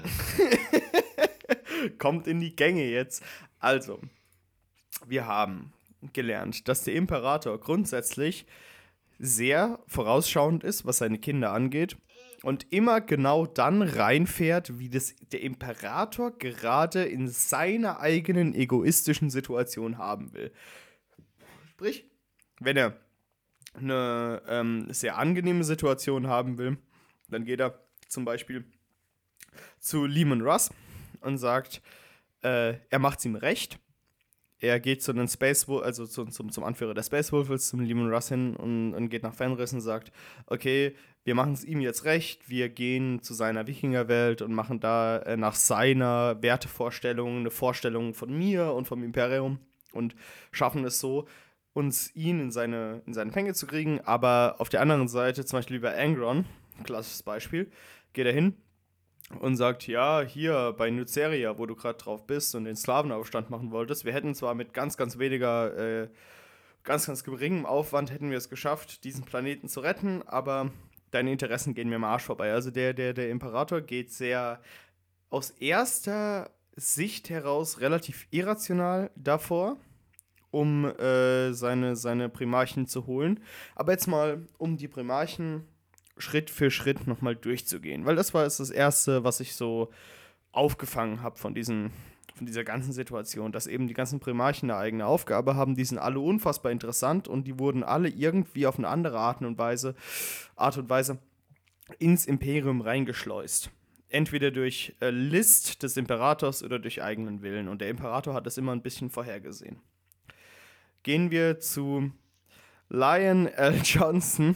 Kommt in die Gänge jetzt. Also, wir haben gelernt, dass der Imperator grundsätzlich sehr vorausschauend ist, was seine Kinder angeht. Und immer genau dann reinfährt, wie das der Imperator gerade in seiner eigenen egoistischen Situation haben will. Sprich, wenn er eine ähm, sehr angenehme Situation haben will, dann geht er zum Beispiel zu Leman Russ und sagt, äh, er macht es ihm recht. Er geht zu einem Space Wolf, also zu, zum, zum Anführer der Space Wolves, zum Leman Russ hin und, und geht nach Fenris und sagt, okay, wir machen es ihm jetzt recht, wir gehen zu seiner Wikingerwelt und machen da äh, nach seiner Wertevorstellung eine Vorstellung von mir und vom Imperium und schaffen es so, uns ihn in seine, in seine Fänge zu kriegen, aber auf der anderen Seite, zum Beispiel bei Angron, klassisches Beispiel, geht er hin und sagt, ja, hier bei Nuceria, wo du gerade drauf bist und den Slawenaufstand machen wolltest, wir hätten zwar mit ganz, ganz weniger, äh, ganz, ganz geringem Aufwand hätten wir es geschafft, diesen Planeten zu retten, aber deine Interessen gehen mir am Arsch vorbei. Also der, der, der Imperator geht sehr aus erster Sicht heraus relativ irrational davor, um äh, seine, seine Primarchen zu holen. Aber jetzt mal, um die Primarchen Schritt für Schritt nochmal durchzugehen. Weil das war jetzt das Erste, was ich so aufgefangen habe von, diesen, von dieser ganzen Situation, dass eben die ganzen Primarchen eine eigene Aufgabe haben. Die sind alle unfassbar interessant und die wurden alle irgendwie auf eine andere Art und Weise, Art und Weise ins Imperium reingeschleust. Entweder durch äh, List des Imperators oder durch eigenen Willen. Und der Imperator hat das immer ein bisschen vorhergesehen. Gehen wir zu Lion L. Johnson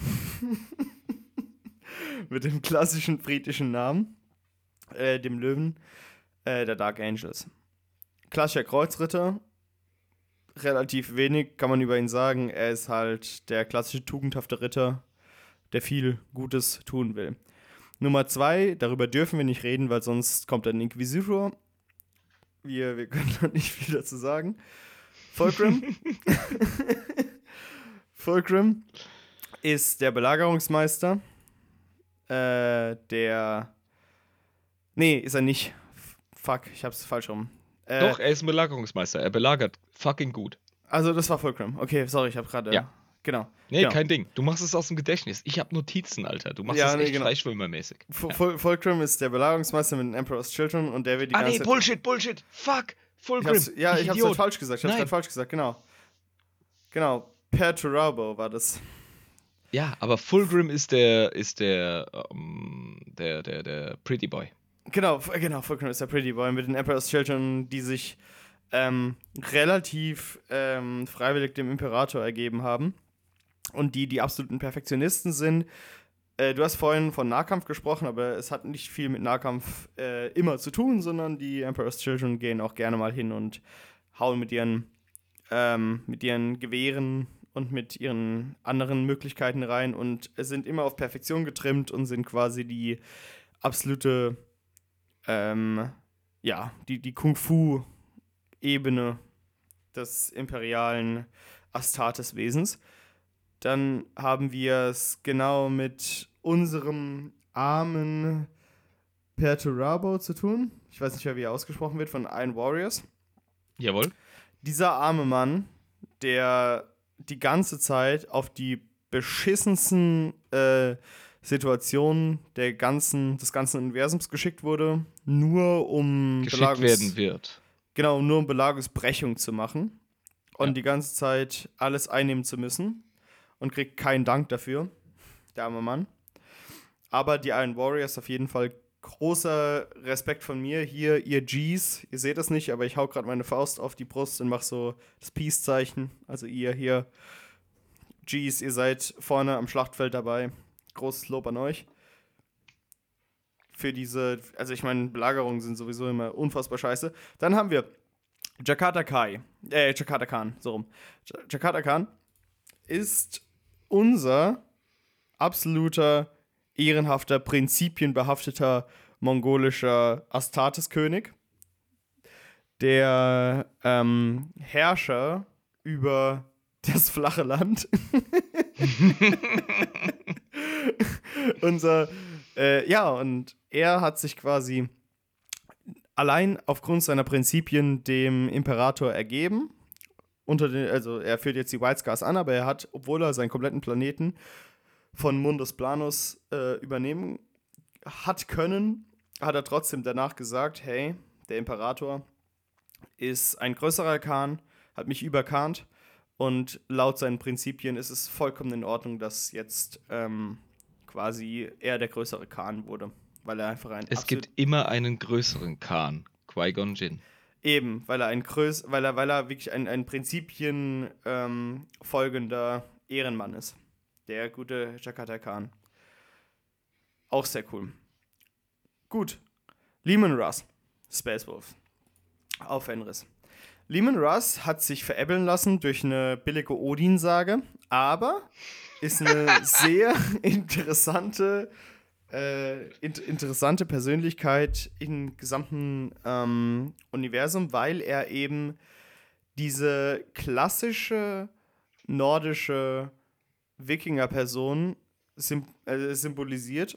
mit dem klassischen britischen Namen, äh, dem Löwen äh, der Dark Angels. Klassischer Kreuzritter, relativ wenig kann man über ihn sagen. Er ist halt der klassische tugendhafte Ritter, der viel Gutes tun will. Nummer zwei, darüber dürfen wir nicht reden, weil sonst kommt ein Inquisitor. Wir, wir können da nicht viel dazu sagen. Fulcrum. Fulcrum ist der Belagerungsmeister. Äh, der. Nee, ist er nicht. Fuck, ich hab's falsch rum. Äh, Doch, er ist ein Belagerungsmeister. Er belagert fucking gut. Also, das war Fulcrum. Okay, sorry, ich hab gerade. Ja. Genau. Nee, genau. kein Ding. Du machst es aus dem Gedächtnis. Ich hab Notizen, Alter. Du machst ja, es nee, echt genau. Freischwimmermäßig. F- ja. Fulcrum ist der Belagerungsmeister mit den Emperor's Children und der wird die ah, ganze nee, Zeit. Bullshit, Bullshit. Fuck. Fulcrum. Ich ja, ich, ich hab's halt falsch gesagt. Ich hab's Nein. halt falsch gesagt, genau. Genau. Perturabo war das. Ja, aber Fulgrim ist der, ist der, um, der, der, der Pretty Boy. Genau, genau, Fulcrum ist der Pretty Boy mit den Emperor's Children, die sich ähm, relativ ähm, freiwillig dem Imperator ergeben haben und die die absoluten Perfektionisten sind. Äh, du hast vorhin von Nahkampf gesprochen, aber es hat nicht viel mit Nahkampf äh, immer zu tun, sondern die Emperor's Children gehen auch gerne mal hin und hauen mit ihren, ähm, mit ihren Gewehren und mit ihren anderen Möglichkeiten rein und sind immer auf Perfektion getrimmt und sind quasi die absolute, ähm, ja, die, die Kung-Fu-Ebene des imperialen Astartes-Wesens. Dann haben wir es genau mit unserem armen Perturabo zu tun. Ich weiß nicht mehr, wie er ausgesprochen wird, von Iron Warriors. Jawohl. Dieser arme Mann, der die ganze Zeit auf die beschissensten äh, Situationen der ganzen, des ganzen Universums geschickt wurde, nur um geschickt Belagungs- werden wird. Genau, nur um Belagerungsbrechung zu machen und Ja. die ganze Zeit alles einnehmen zu müssen und kriegt keinen Dank dafür, der arme Mann. Aber die Iron Warriors auf jeden Fall großer Respekt von mir. Hier, ihr Gs, ihr seht das nicht, aber ich hau gerade meine Faust auf die Brust und mach so das Peace-Zeichen. Also ihr hier, Gs, ihr seid vorne am Schlachtfeld dabei. Großes Lob an euch. Für diese, also ich meine, Belagerungen sind sowieso immer unfassbar scheiße. Dann haben wir Jakarta Kai, äh, Jakarta Khan, so rum. J- Jakarta Khan ist unser absoluter, ehrenhafter, prinzipienbehafteter mongolischer Astartes-König, der ähm, Herrscher über das flache Land. Unser, äh, ja, und er hat sich quasi allein aufgrund seiner Prinzipien dem Imperator ergeben. Unter den, also er führt jetzt die White Scars an, aber er hat, obwohl er seinen kompletten Planeten von Mundus Planus äh, übernehmen hat können, hat er trotzdem danach gesagt, hey, der Imperator ist ein größerer Khan, hat mich überkannt Und laut seinen Prinzipien ist es vollkommen in Ordnung, dass jetzt ähm, quasi er der größere Khan wurde. Weil er einfach ein Es gibt immer einen größeren Khan, Qui-Gon Jinn. Eben, weil er ein größ weil er, weil er wirklich ein, ein Prinzipien ähm, folgender Ehrenmann ist. Der gute Chakotay Khan. Auch sehr cool. Gut. Leman Russ, Space Wolf. Auf Fenris. Leman Russ hat sich veräppeln lassen durch eine billige Odin-Sage, aber ist eine sehr interessante, äh, in- interessante Persönlichkeit im gesamten ähm, Universum, weil er eben diese klassische nordische Wikinger-Person sym äh, symbolisiert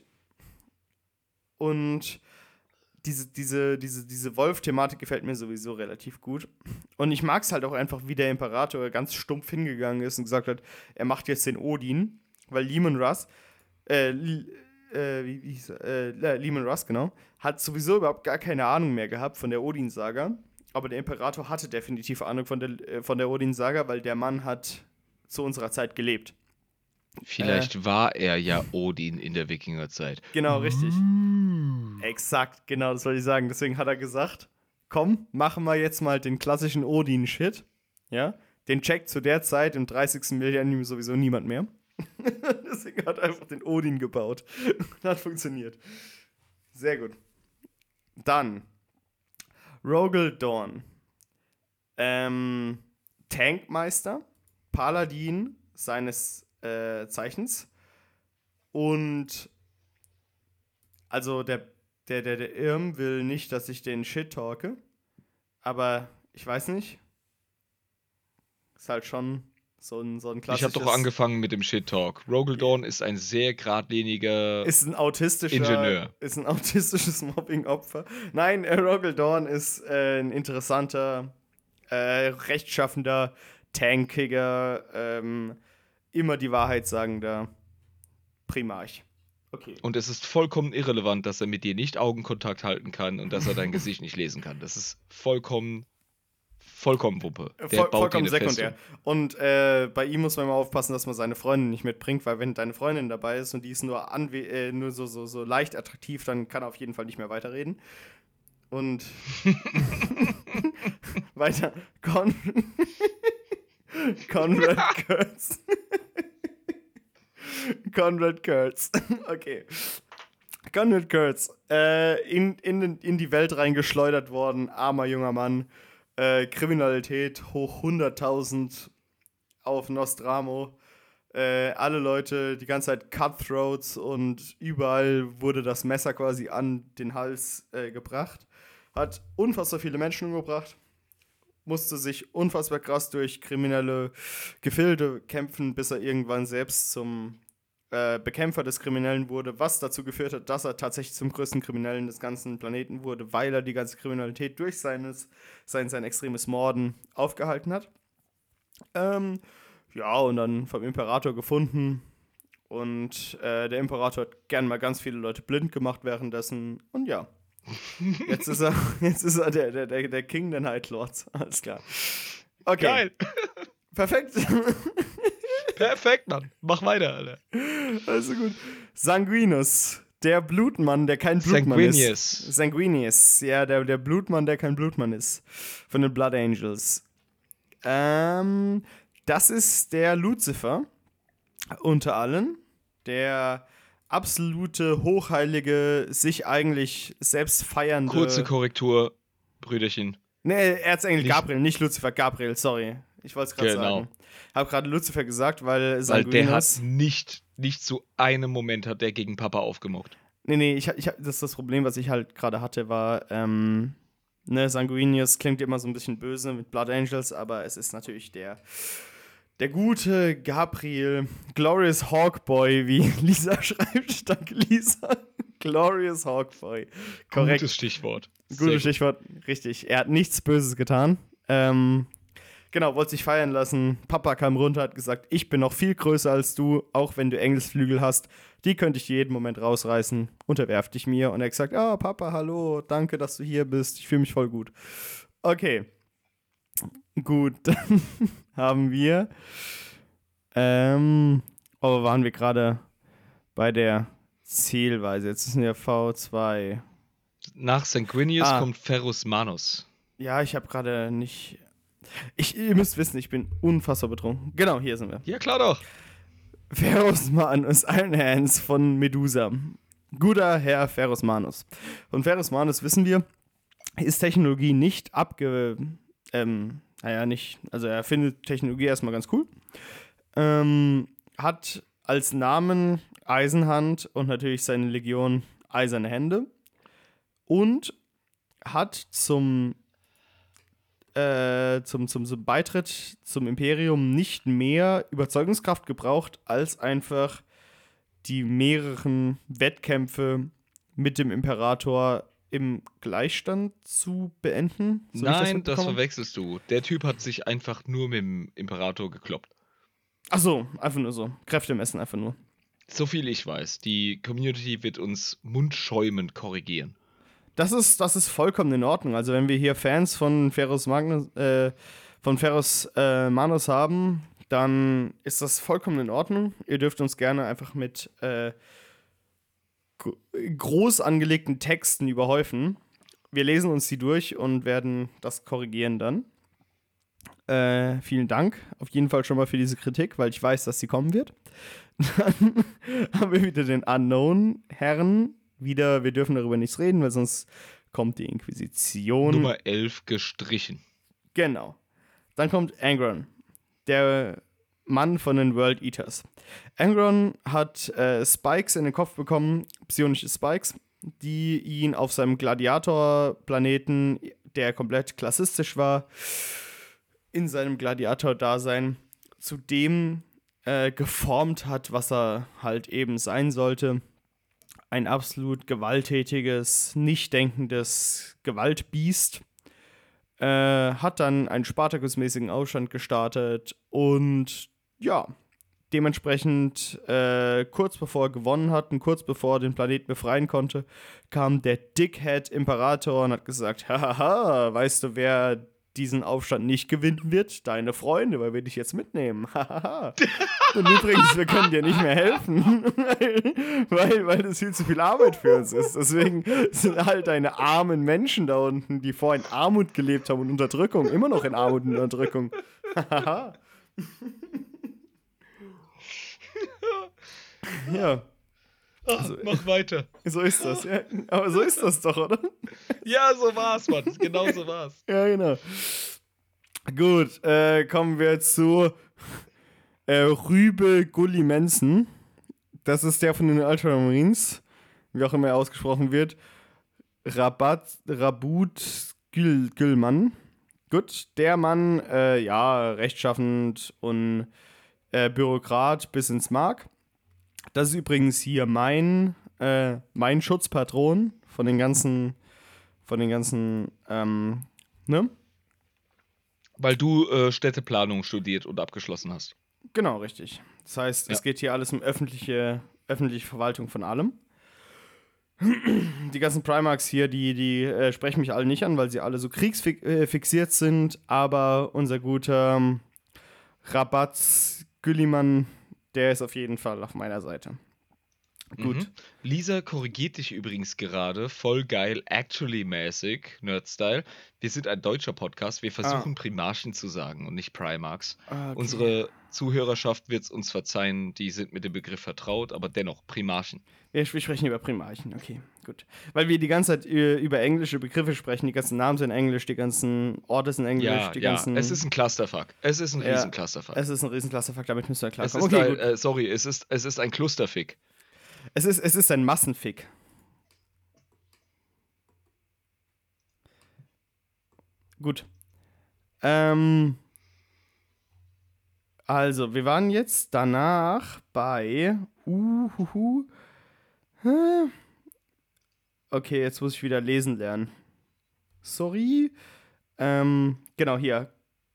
und diese, diese, diese, diese Wolf-Thematik gefällt mir sowieso relativ gut. Und ich mag es halt auch einfach, wie der Imperator ganz stumpf hingegangen ist und gesagt hat, er macht jetzt den Odin, weil Leman Russ, äh, L- äh, wie, wie hieß er? Äh, Leman Russ, genau, hat sowieso überhaupt gar keine Ahnung mehr gehabt von der Odin-Saga. Aber der Imperator hatte definitiv Ahnung von der, äh, von der Odin-Saga, weil der Mann hat zu unserer Zeit gelebt. Vielleicht äh. war er ja Odin in der Wikingerzeit. Genau, richtig. Exakt, genau, das wollte ich sagen. Deswegen hat er gesagt, komm, machen wir jetzt mal den klassischen Odin-Shit. Ja, den checkt zu der Zeit im dreißigsten Millennium sowieso niemand mehr. Deswegen hat er einfach den Odin gebaut. Und hat funktioniert. Sehr gut. Dann Rogel Dawn. Ähm, Tankmeister, Paladin seines äh, Zeichens. Und also der Der, der, der Irm will nicht, dass ich den Shit talke. Aber ich weiß nicht. Ist halt schon so ein, so ein klassisches... Ich habe doch angefangen mit dem Shit-Talk. Rogel Dawn ist ein sehr geradliniger ist ein autistischer, Ingenieur. Ist ein autistisches Mobbing-Opfer. Nein, äh, Rogel Dawn ist äh, ein interessanter, äh, rechtschaffender, tankiger, ähm, immer die Wahrheit sagender Primarch. Okay. Und es ist vollkommen irrelevant, dass er mit dir nicht Augenkontakt halten kann und dass er dein Gesicht nicht lesen kann. Das ist vollkommen, vollkommen Wumpe. Der Voll, baut vollkommen dir eine sekundär. Festung. Und äh, bei ihm muss man mal aufpassen, dass man seine Freundin nicht mitbringt, weil wenn deine Freundin dabei ist und die ist nur, anwe- äh, nur so, so, so leicht attraktiv, dann kann er auf jeden Fall nicht mehr weiterreden. Und weiter. Con Conrad Kurtz. Conrad Kurtz. Okay. Conrad Kurtz. Äh, in, in, in die Welt reingeschleudert worden. Armer junger Mann. Äh, Kriminalität hoch hunderttausend auf Nostramo. Äh, alle Leute, die ganze Zeit Cutthroats und überall wurde das Messer quasi an den Hals äh, gebracht. Hat unfassbar viele Menschen umgebracht. Musste sich unfassbar krass durch kriminelle Gefilde kämpfen, bis er irgendwann selbst zum äh, Bekämpfer des Kriminellen wurde, was dazu geführt hat, dass er tatsächlich zum größten Kriminellen des ganzen Planeten wurde, weil er die ganze Kriminalität durch seines, sein, sein extremes Morden aufgehalten hat. Ähm, ja, und dann vom Imperator gefunden. Und äh, der Imperator hat gern mal ganz viele Leute blind gemacht währenddessen. Und ja. Jetzt ist er, jetzt ist er der, der, der, der King der Night Lords. Alles klar. Okay. Geil. Perfekt. Perfekt, Mann. Mach weiter, Alter. Also gut. Sanguinus. Der Blutmann, der kein Blutmann Sanguinius. ist. Sanguinius. Ja, der, der Blutmann, der kein Blutmann ist. Von den Blood Angels. Ähm, das ist der Lucifer. Unter allen. Der absolute, hochheilige, sich eigentlich selbst feiernde... Kurze Korrektur, Brüderchen. Nee, Erzengel Nicht- Gabriel, nicht Lucifer, Gabriel, sorry. Ich wollte es gerade Genau. sagen. Habe gerade Lucifer gesagt, weil Weil der hat Sanguinus... nicht, nicht zu einem Moment hat der gegen Papa aufgemockt. Nee, nee, ich, ich, das ist das Problem, was ich halt gerade hatte, war, ähm, ne, Sanguinius klingt immer so ein bisschen böse mit Blood Angels, aber es ist natürlich der, der gute Gabriel, Glorious Hawkboy, wie Lisa schreibt. Danke, Lisa. Glorious Hawkboy. Korrekt. Gutes Stichwort. Sehr Gutes gut. Stichwort, richtig. Er hat nichts Böses getan. Ähm, genau, wollte sich feiern lassen. Papa kam runter, hat gesagt, ich bin noch viel größer als du, auch wenn du Engelsflügel hast. Die könnte ich jeden Moment rausreißen. Unterwerf dich mir. Und er hat gesagt, ah, Papa, hallo, danke, dass du hier bist. Ich fühle mich voll gut. Okay. Gut, dann haben wir. Ähm, oh, waren wir gerade bei der Zählweise? Jetzt ist ja V zwei. Nach Sanguinius Ah. kommt Ferrus Manus. Ja, ich habe gerade nicht. Ich, ihr müsst wissen, ich bin unfassbar betrunken. Genau, hier sind wir. Ja, klar doch. Ferrus Manus, Iron Hands von Medusa. Guter Herr Ferrus Manus. Von Ferrus Manus wissen wir, ist Technologie nicht abge. Ähm, naja, nicht. Also, er findet Technologie erstmal ganz cool. Ähm, hat als Namen Eisenhand und natürlich seine Legion Eiserne Hände. Und hat zum, äh, zum, zum, zum Beitritt zum Imperium nicht mehr Überzeugungskraft gebraucht, als einfach die mehreren Wettkämpfe mit dem Imperator im Gleichstand zu beenden. So Nein, das, das verwechselst du. Der Typ hat sich einfach nur mit dem Imperator gekloppt. Ach so, einfach nur so. Kräfte messen, einfach nur. So viel ich weiß. Die Community wird uns mundschäumend korrigieren. Das ist, das ist vollkommen in Ordnung. Also wenn wir hier Fans von Ferrus Magnus, äh, von Ferrus äh, Manus haben, dann ist das vollkommen in Ordnung. Ihr dürft uns gerne einfach mit äh, groß angelegten Texten überhäufen. Wir lesen uns die durch und werden das korrigieren dann. Äh, vielen Dank auf jeden Fall schon mal für diese Kritik, weil ich weiß, dass sie kommen wird. Dann haben wir wieder den Unknown-Herren. Wieder, wir dürfen darüber nichts reden, weil sonst kommt die Inquisition. Nummer elf gestrichen. Genau. Dann kommt Angron, der Mann von den World Eaters. Angron hat äh, Spikes in den Kopf bekommen, psionische Spikes, die ihn auf seinem Gladiator-Planeten, der komplett klassistisch war, in seinem Gladiator-Dasein zu dem äh, geformt hat, was er halt eben sein sollte. Ein absolut gewalttätiges, nicht denkendes Gewaltbiest. Äh, hat dann einen Spartacus-mäßigen Aufstand gestartet und ja, dementsprechend äh, kurz bevor er gewonnen hat und kurz bevor er den Planeten befreien konnte, kam der Dickhead-Imperator und hat gesagt, hahaha, weißt du, wer diesen Aufstand nicht gewinnen wird? Deine Freunde, weil wir dich jetzt mitnehmen. Und übrigens, wir können dir nicht mehr helfen, weil, weil das viel zu viel Arbeit für uns ist. Deswegen sind halt deine armen Menschen da unten, die vorher in Armut gelebt haben und Unterdrückung, immer noch in Armut und Unterdrückung. Ja. Ach, also, mach weiter. So ist das, ja. Aber so ist das doch, oder? Ja, so war's, Mann. Genau so war's. Ja, genau. Gut, äh, kommen wir zu äh, Rübe Gullimensen. Das ist der von den Ultramarines, wie auch immer er ausgesprochen wird. Rabat, Rabut Gül, Gülmann. Gut, der Mann, äh, ja, rechtschaffend und äh, Bürokrat bis ins Mark. Das ist übrigens hier mein, äh, mein Schutzpatron von den ganzen, von den ganzen, ähm, ne? Weil du äh, Städteplanung studiert und abgeschlossen hast. Genau, richtig. Das heißt, ja. Es geht hier alles um öffentliche, öffentliche Verwaltung von allem. Die ganzen Primarchs hier, die, die äh, sprechen mich alle nicht an, weil sie alle so kriegsfixiert sind, aber unser guter ähm, Rabatz Güllimann, der ist auf jeden Fall auf meiner Seite. Gut. Mhm. Lisa korrigiert dich übrigens gerade, voll geil, actually-mäßig, Nerd-Style. Wir sind ein deutscher Podcast, wir versuchen ah. Primarchen zu sagen und nicht Primarchs. Okay. Unsere Zuhörerschaft wird es uns verzeihen, die sind mit dem Begriff vertraut, aber dennoch Primarchen. Wir sprechen über Primarchen, okay, gut. Weil wir die ganze Zeit über englische Begriffe sprechen, die ganzen Namen sind Englisch, die ganzen Orte sind Englisch, ja, die ja. ganzen... es ist ein Clusterfuck. Es ist ein ja, riesen Clusterfuck. Es ist ein riesen Clusterfuck, damit müssen wir klarkommen. Okay, ein, äh, sorry, es ist, es ist ein Clusterfick. Es ist, es ist ein Massenfick. Gut. Ähm... Also, wir waren jetzt danach bei... Uhuhu. Okay, jetzt muss ich wieder lesen lernen. Sorry. Ähm, genau, hier.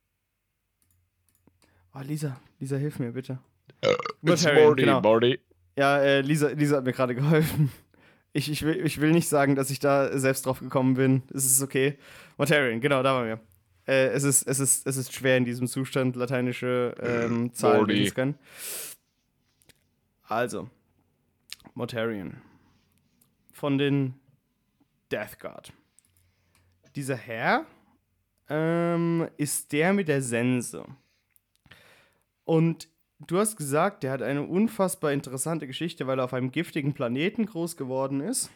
Oh, Lisa. Lisa, hilf mir bitte. Uh, it's Morty, genau. Morty. Ja, äh, Lisa, Lisa hat mir gerade geholfen. Ich, ich, will, ich will nicht sagen, dass ich da selbst drauf gekommen bin. Es ist okay. Mortarion, genau, da waren wir. Äh, es, ist, es, ist, es ist schwer in diesem Zustand, lateinische ähm, Zahlen Morty. zu können. Also, Mortarion. Von den Death Guard. Dieser Herr ähm, ist der mit der Sense. Und du hast gesagt, der hat eine unfassbar interessante Geschichte, weil er auf einem giftigen Planeten groß geworden ist.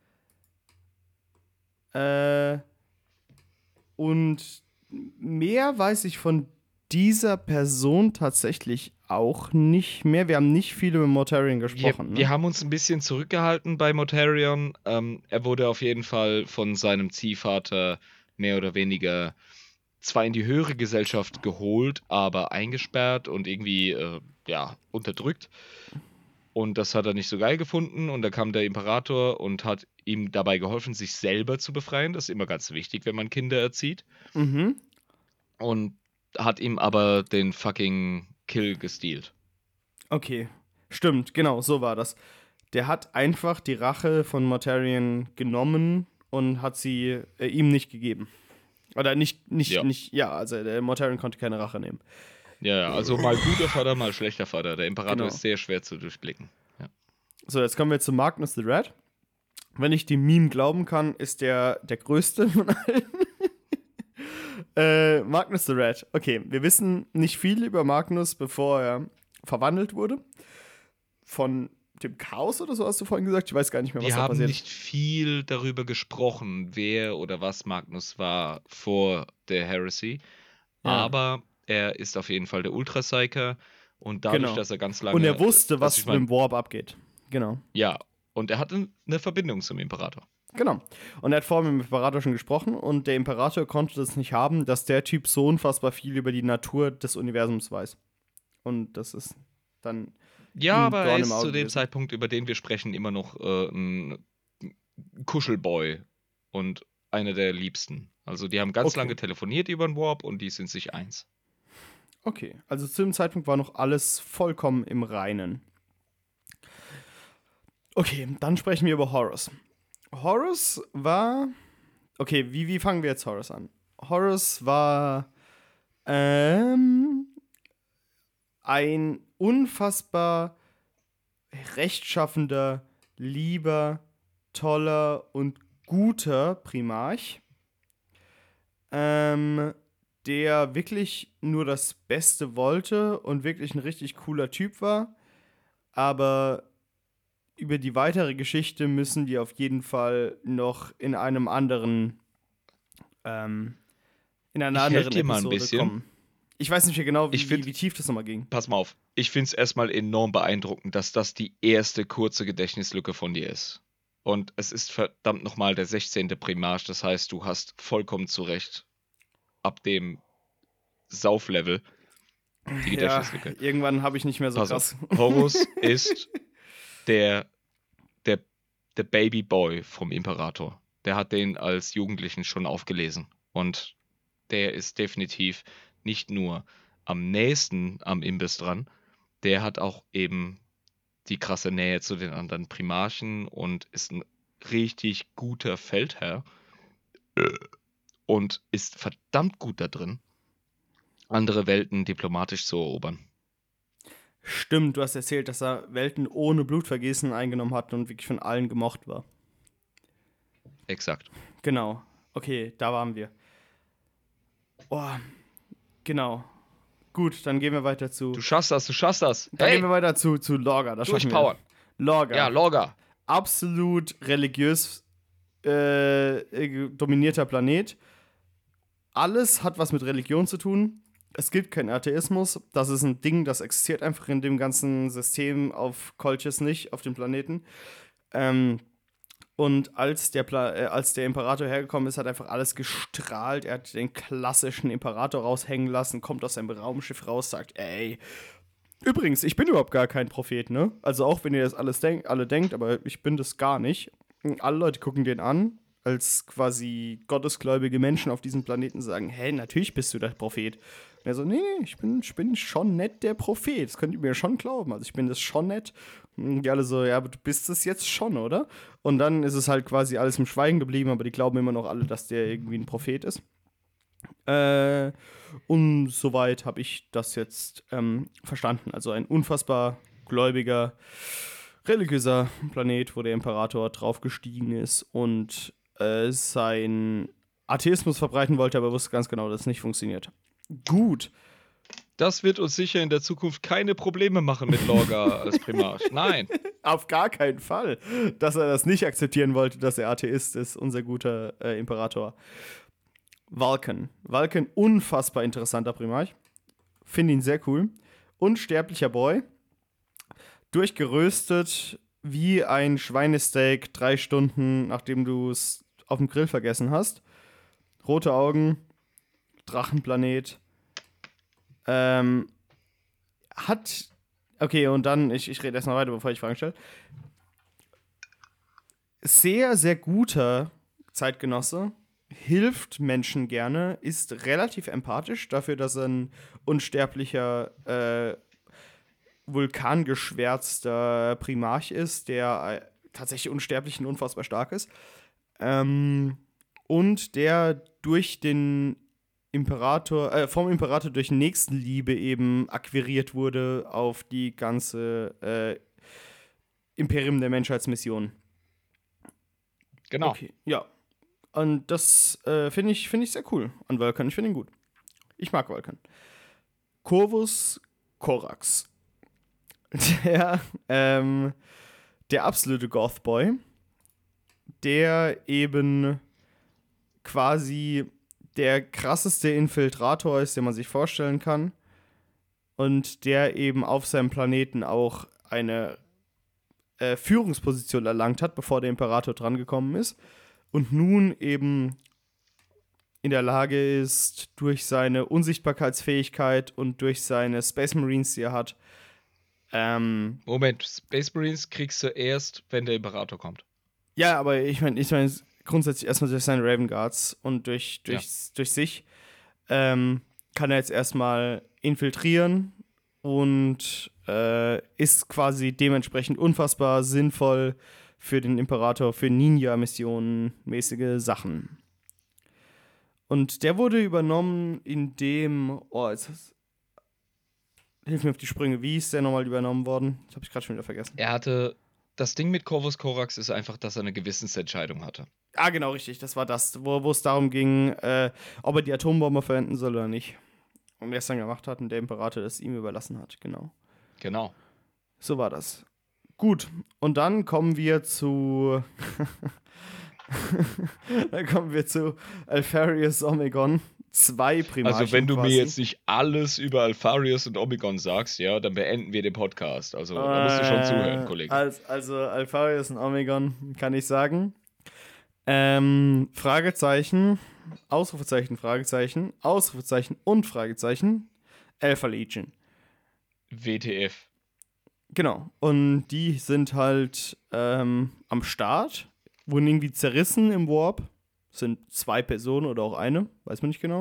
Äh, und mehr weiß ich von dieser Person tatsächlich auch nicht mehr. Wir haben nicht viel über Mortarion Wir, gesprochen. wir Ne? haben uns ein bisschen zurückgehalten bei Mortarion. Ähm, er wurde auf jeden Fall von seinem Ziehvater mehr oder weniger zwar in die höhere Gesellschaft geholt, aber eingesperrt und irgendwie äh, ja, unterdrückt. Und das hat er nicht so geil gefunden. Und da kam der Imperator und hat ihm dabei geholfen, sich selber zu befreien. Das ist immer ganz wichtig, wenn man Kinder erzieht. Mhm. Und hat ihm aber den fucking Kill gestealt. Okay. Stimmt, genau, so war das. Der hat einfach die Rache von Mortarion genommen und hat sie äh, ihm nicht gegeben. Oder nicht, nicht, Ja. nicht, ja, also der Mortarion konnte keine Rache nehmen. Ja, ja, also mal guter Vater, mal schlechter Vater. Der Imperator Genau. ist sehr schwer zu durchblicken. Ja. So, jetzt kommen wir zu Magnus the Red. Wenn ich dem Meme glauben kann, ist der der größte von allen. äh, Magnus the Red. Okay, wir wissen nicht viel über Magnus, bevor er verwandelt wurde. Von dem Chaos oder so hast du vorhin gesagt. Ich weiß gar nicht mehr, was Wir da haben passiert nicht viel darüber gesprochen, wer oder was Magnus war vor der Heresy. Ja. Aber er ist auf jeden Fall der Ultra-Psyker. Und dadurch, Genau. dass er ganz lange. Und er wusste, also was ich mit mein, dem Warp abgeht. Genau. Ja, und er hatte eine Verbindung zum Imperator. Genau. Und er hat vorher mit dem Imperator schon gesprochen und der Imperator konnte das nicht haben, dass der Typ so unfassbar viel über die Natur des Universums weiß. Und das ist dann. Ja, ein aber er Dorn im ist Auge zu dem gewesen. Zeitpunkt, über den wir sprechen, immer noch äh, ein Kuschelboy und einer der Liebsten. Also die haben ganz Okay. lange telefoniert über den Warp und die sind sich eins. Okay, also zu dem Zeitpunkt war noch alles vollkommen im Reinen. Okay, dann sprechen wir über Horus. Horus war. Okay, wie, wie fangen wir jetzt Horus an? Horus war ähm, ein unfassbar rechtschaffender, lieber, toller und guter Primarch, ähm, der wirklich nur das Beste wollte und wirklich ein richtig cooler Typ war. Aber über die weitere Geschichte müssen die auf jeden Fall noch in einem anderen, ähm, in einer Ich helf anderen dir mal ein Episode bisschen. kommen. Ich weiß nicht mehr genau, wie, Ich find- wie, wie tief das nochmal ging. Pass mal auf, ich finde es erstmal enorm beeindruckend, dass das die erste kurze Gedächtnislücke von dir ist. Und es ist verdammt nochmal der sechzehnte Primarch, das heißt, du hast vollkommen zu Recht ab dem Sauflevel die Ja, Gedächtnislücke. irgendwann habe ich nicht mehr so Pass krass. auf, Horus ist der, der, der Babyboy vom Imperator. Der hat den als Jugendlichen schon aufgelesen. Und der ist definitiv nicht nur am nächsten am Imbiss dran, der hat auch eben die krasse Nähe zu den anderen Primarchen und ist ein richtig guter Feldherr und ist verdammt gut da drin, andere Welten diplomatisch zu erobern. Stimmt, du hast erzählt, dass er Welten ohne Blutvergießen eingenommen hat und wirklich von allen gemocht war. Exakt. Genau. Okay, da waren wir. Oh, genau. Gut, dann gehen wir weiter zu. Du schaffst das, du schaffst das. Dann Hey, gehen wir weiter zu, zu Lorga. Das schaffen wir. durchpowern. Lorga. Ja, Lorga. Absolut religiös äh, äh, dominierter Planet. Alles hat was mit Religion zu tun. Es gibt keinen Atheismus. Das ist ein Ding, das existiert einfach in dem ganzen System auf Kolchis nicht, auf dem Planeten. Ähm, und als der, Pla- äh, als der Imperator hergekommen ist, hat einfach alles gestrahlt. Er hat den klassischen Imperator raushängen lassen, kommt aus seinem Raumschiff raus, sagt, ey, übrigens, ich bin überhaupt gar kein Prophet, ne? Also auch wenn ihr das alles denk- alle denkt, aber ich bin das gar nicht. Alle Leute gucken den an, als quasi gottesgläubige Menschen auf diesem Planeten sagen, hey, natürlich bist du der Prophet. Und er so, nee, ich bin, ich bin schon nett der Prophet. Das könnt ihr mir schon glauben. Also ich bin das schon nett. Und die alle so, ja, aber du bist es jetzt schon, oder? Und dann ist es halt quasi alles im Schweigen geblieben, aber die glauben immer noch alle, dass der irgendwie ein Prophet ist. Äh, und soweit habe ich das jetzt ähm, verstanden. Also ein unfassbar gläubiger, religiöser Planet, wo der Imperator draufgestiegen ist und äh, sein Atheismus verbreiten wollte, aber wusste ganz genau, dass es nicht funktioniert. Gut. Das wird uns sicher in der Zukunft keine Probleme machen mit Lorga als Primarch. Nein. Auf gar keinen Fall, dass er das nicht akzeptieren wollte, dass er Atheist ist, unser guter äh, Imperator. Vulcan. Vulcan, unfassbar interessanter Primarch. Finde ihn sehr cool. Unsterblicher Boy. Durchgeröstet wie ein Schweinesteak drei Stunden, nachdem du es auf dem Grill vergessen hast. Rote Augen. Drachenplanet. Ähm, hat, okay, und dann, ich, ich rede erstmal weiter, bevor ich Fragen stelle. Sehr, sehr guter Zeitgenosse, hilft Menschen gerne, ist relativ empathisch dafür, dass er ein unsterblicher, äh, vulkangeschwärzter Primarch ist, der äh, tatsächlich unsterblich und unfassbar stark ist. Ähm, und der durch den Imperator, äh, vom Imperator durch Nächstenliebe eben akquiriert wurde auf die ganze äh, Imperium der Menschheitsmission. Genau. Okay, ja. Und das äh, finde ich, find ich sehr cool an Vulcan. Ich finde ihn gut. Ich mag Vulcan. Corvus Corax. Der, ähm, der absolute Gothboy, der eben quasi der krasseste Infiltrator ist, den man sich vorstellen kann. Und der eben auf seinem Planeten auch eine äh, Führungsposition erlangt hat, bevor der Imperator drangekommen ist. Und nun eben in der Lage ist, durch seine Unsichtbarkeitsfähigkeit und durch seine Space Marines, die er hat. Ähm, Moment, Space Marines kriegst du erst, wenn der Imperator kommt. Ja, aber ich meine, ich meine grundsätzlich erstmal durch seine Raven Guards und durch, durch, ja. durch sich ähm, kann er jetzt erstmal infiltrieren und äh, ist quasi dementsprechend unfassbar sinnvoll für den Imperator, für Ninja-Missionen, mäßige Sachen. Und der wurde übernommen, indem, oh, jetzt hast, hilf mir auf die Sprünge, wie ist der nochmal übernommen worden? Das habe ich gerade schon wieder vergessen. Er hatte, das Ding mit Corvus Corax ist einfach, dass er eine Gewissensentscheidung hatte. Ah, genau, richtig, das war das, wo, wo es darum ging, äh, ob er die Atombombe verwenden soll oder nicht. Und er es dann gemacht hat und der Imperator das ihm überlassen hat, genau. Genau. So war das. Gut, und dann kommen wir zu dann kommen wir zu Alpharius Omegon. Zwei Primarchen. Also wenn du quasi. mir jetzt nicht alles über Alpharius und Omegon sagst, ja, dann beenden wir den Podcast. Also äh, da musst du schon zuhören, Kollege. Also, also Alpharius und Omegon kann ich sagen. Ähm, Fragezeichen, Ausrufezeichen, Fragezeichen, Ausrufezeichen und Fragezeichen, Alpha Legion. W T F. Genau. Und die sind halt ähm, am Start, wurden irgendwie zerrissen im Warp. Sind zwei Personen oder auch eine, weiß man nicht genau.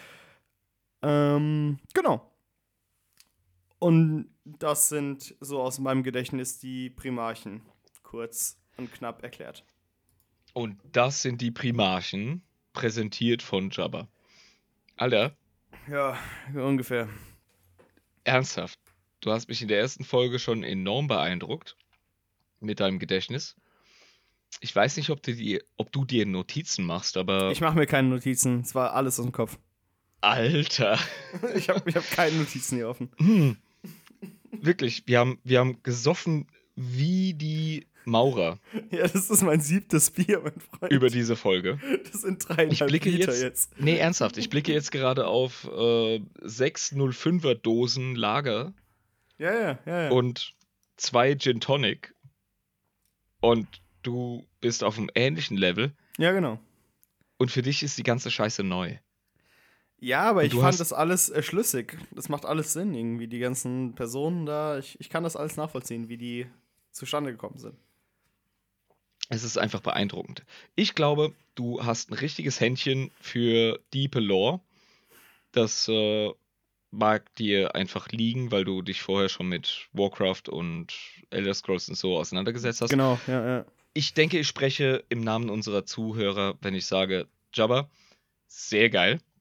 Ähm, genau. Und das sind so aus meinem Gedächtnis die Primarchen, kurz und knapp erklärt. Und das sind die Primarchen, präsentiert von Jabba. Alter. Ja, ungefähr. Ernsthaft. Du hast mich in der ersten Folge schon enorm beeindruckt mit deinem Gedächtnis. Ich weiß nicht, ob du, die, ob du dir Notizen machst, aber... Ich mache mir keine Notizen. Es war alles aus dem Kopf. Alter. ich habe ich hab keine Notizen hier offen. Hm. Wirklich, wir haben, wir haben gesoffen wie die Maurer. Ja, das ist mein siebtes Bier, mein Freund. Über diese Folge. Das sind dreieinhalb ich blicke Liter jetzt, jetzt. Nee, ernsthaft. Ich blicke jetzt gerade auf äh, sechs null fünfer Dosen Lager. Ja, ja, ja, ja. Und zwei Gin Tonic. Und du bist auf einem ähnlichen Level. Ja, genau. Und für dich ist die ganze Scheiße neu. Ja, aber Und ich du fand hast- das alles äh, schlüssig. Das macht alles Sinn, irgendwie, die ganzen Personen da. Ich, ich kann das alles nachvollziehen, wie die zustande gekommen sind. Es ist einfach beeindruckend. Ich glaube, du hast ein richtiges Händchen für Diepe Lore. Das äh, mag dir einfach liegen, weil du dich vorher schon mit Warcraft und Elder Scrolls und so auseinandergesetzt hast. Genau, ja, ja. Ich denke, ich spreche im Namen unserer Zuhörer, wenn ich sage, Jabba, sehr geil.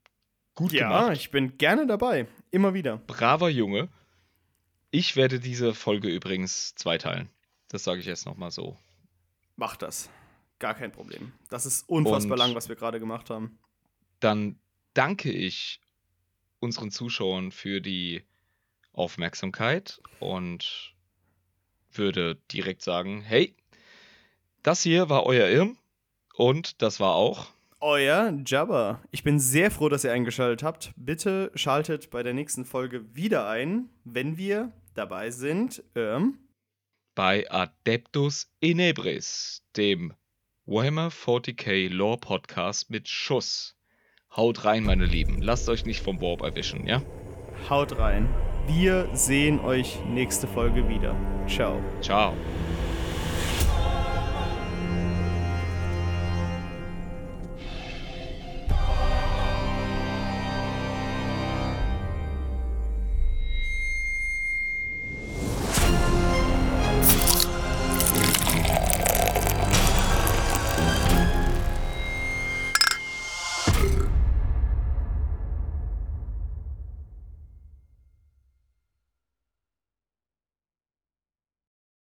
Gut Ja, gemacht. ich bin gerne dabei. Immer wieder. Braver Junge. Ich werde diese Folge übrigens zweiteilen. Das sage ich jetzt nochmal so. Mach das. Gar kein Problem. Das ist unfassbar Und lang, was wir gerade gemacht haben. Dann danke ich unseren Zuschauern für die Aufmerksamkeit und würde direkt sagen, hey, das hier war euer Irm und das war auch Euer Jabba. Ich bin sehr froh, dass ihr eingeschaltet habt. Bitte schaltet bei der nächsten Folge wieder ein, wenn wir dabei sind. Ähm, bei Adeptus Inebris, dem Warhammer forty K Lore Podcast mit Schuss. Haut rein, meine Lieben. Lasst euch nicht vom Warp erwischen, ja? haut rein. Wir sehen euch nächste Folge wieder. Ciao. Ciao.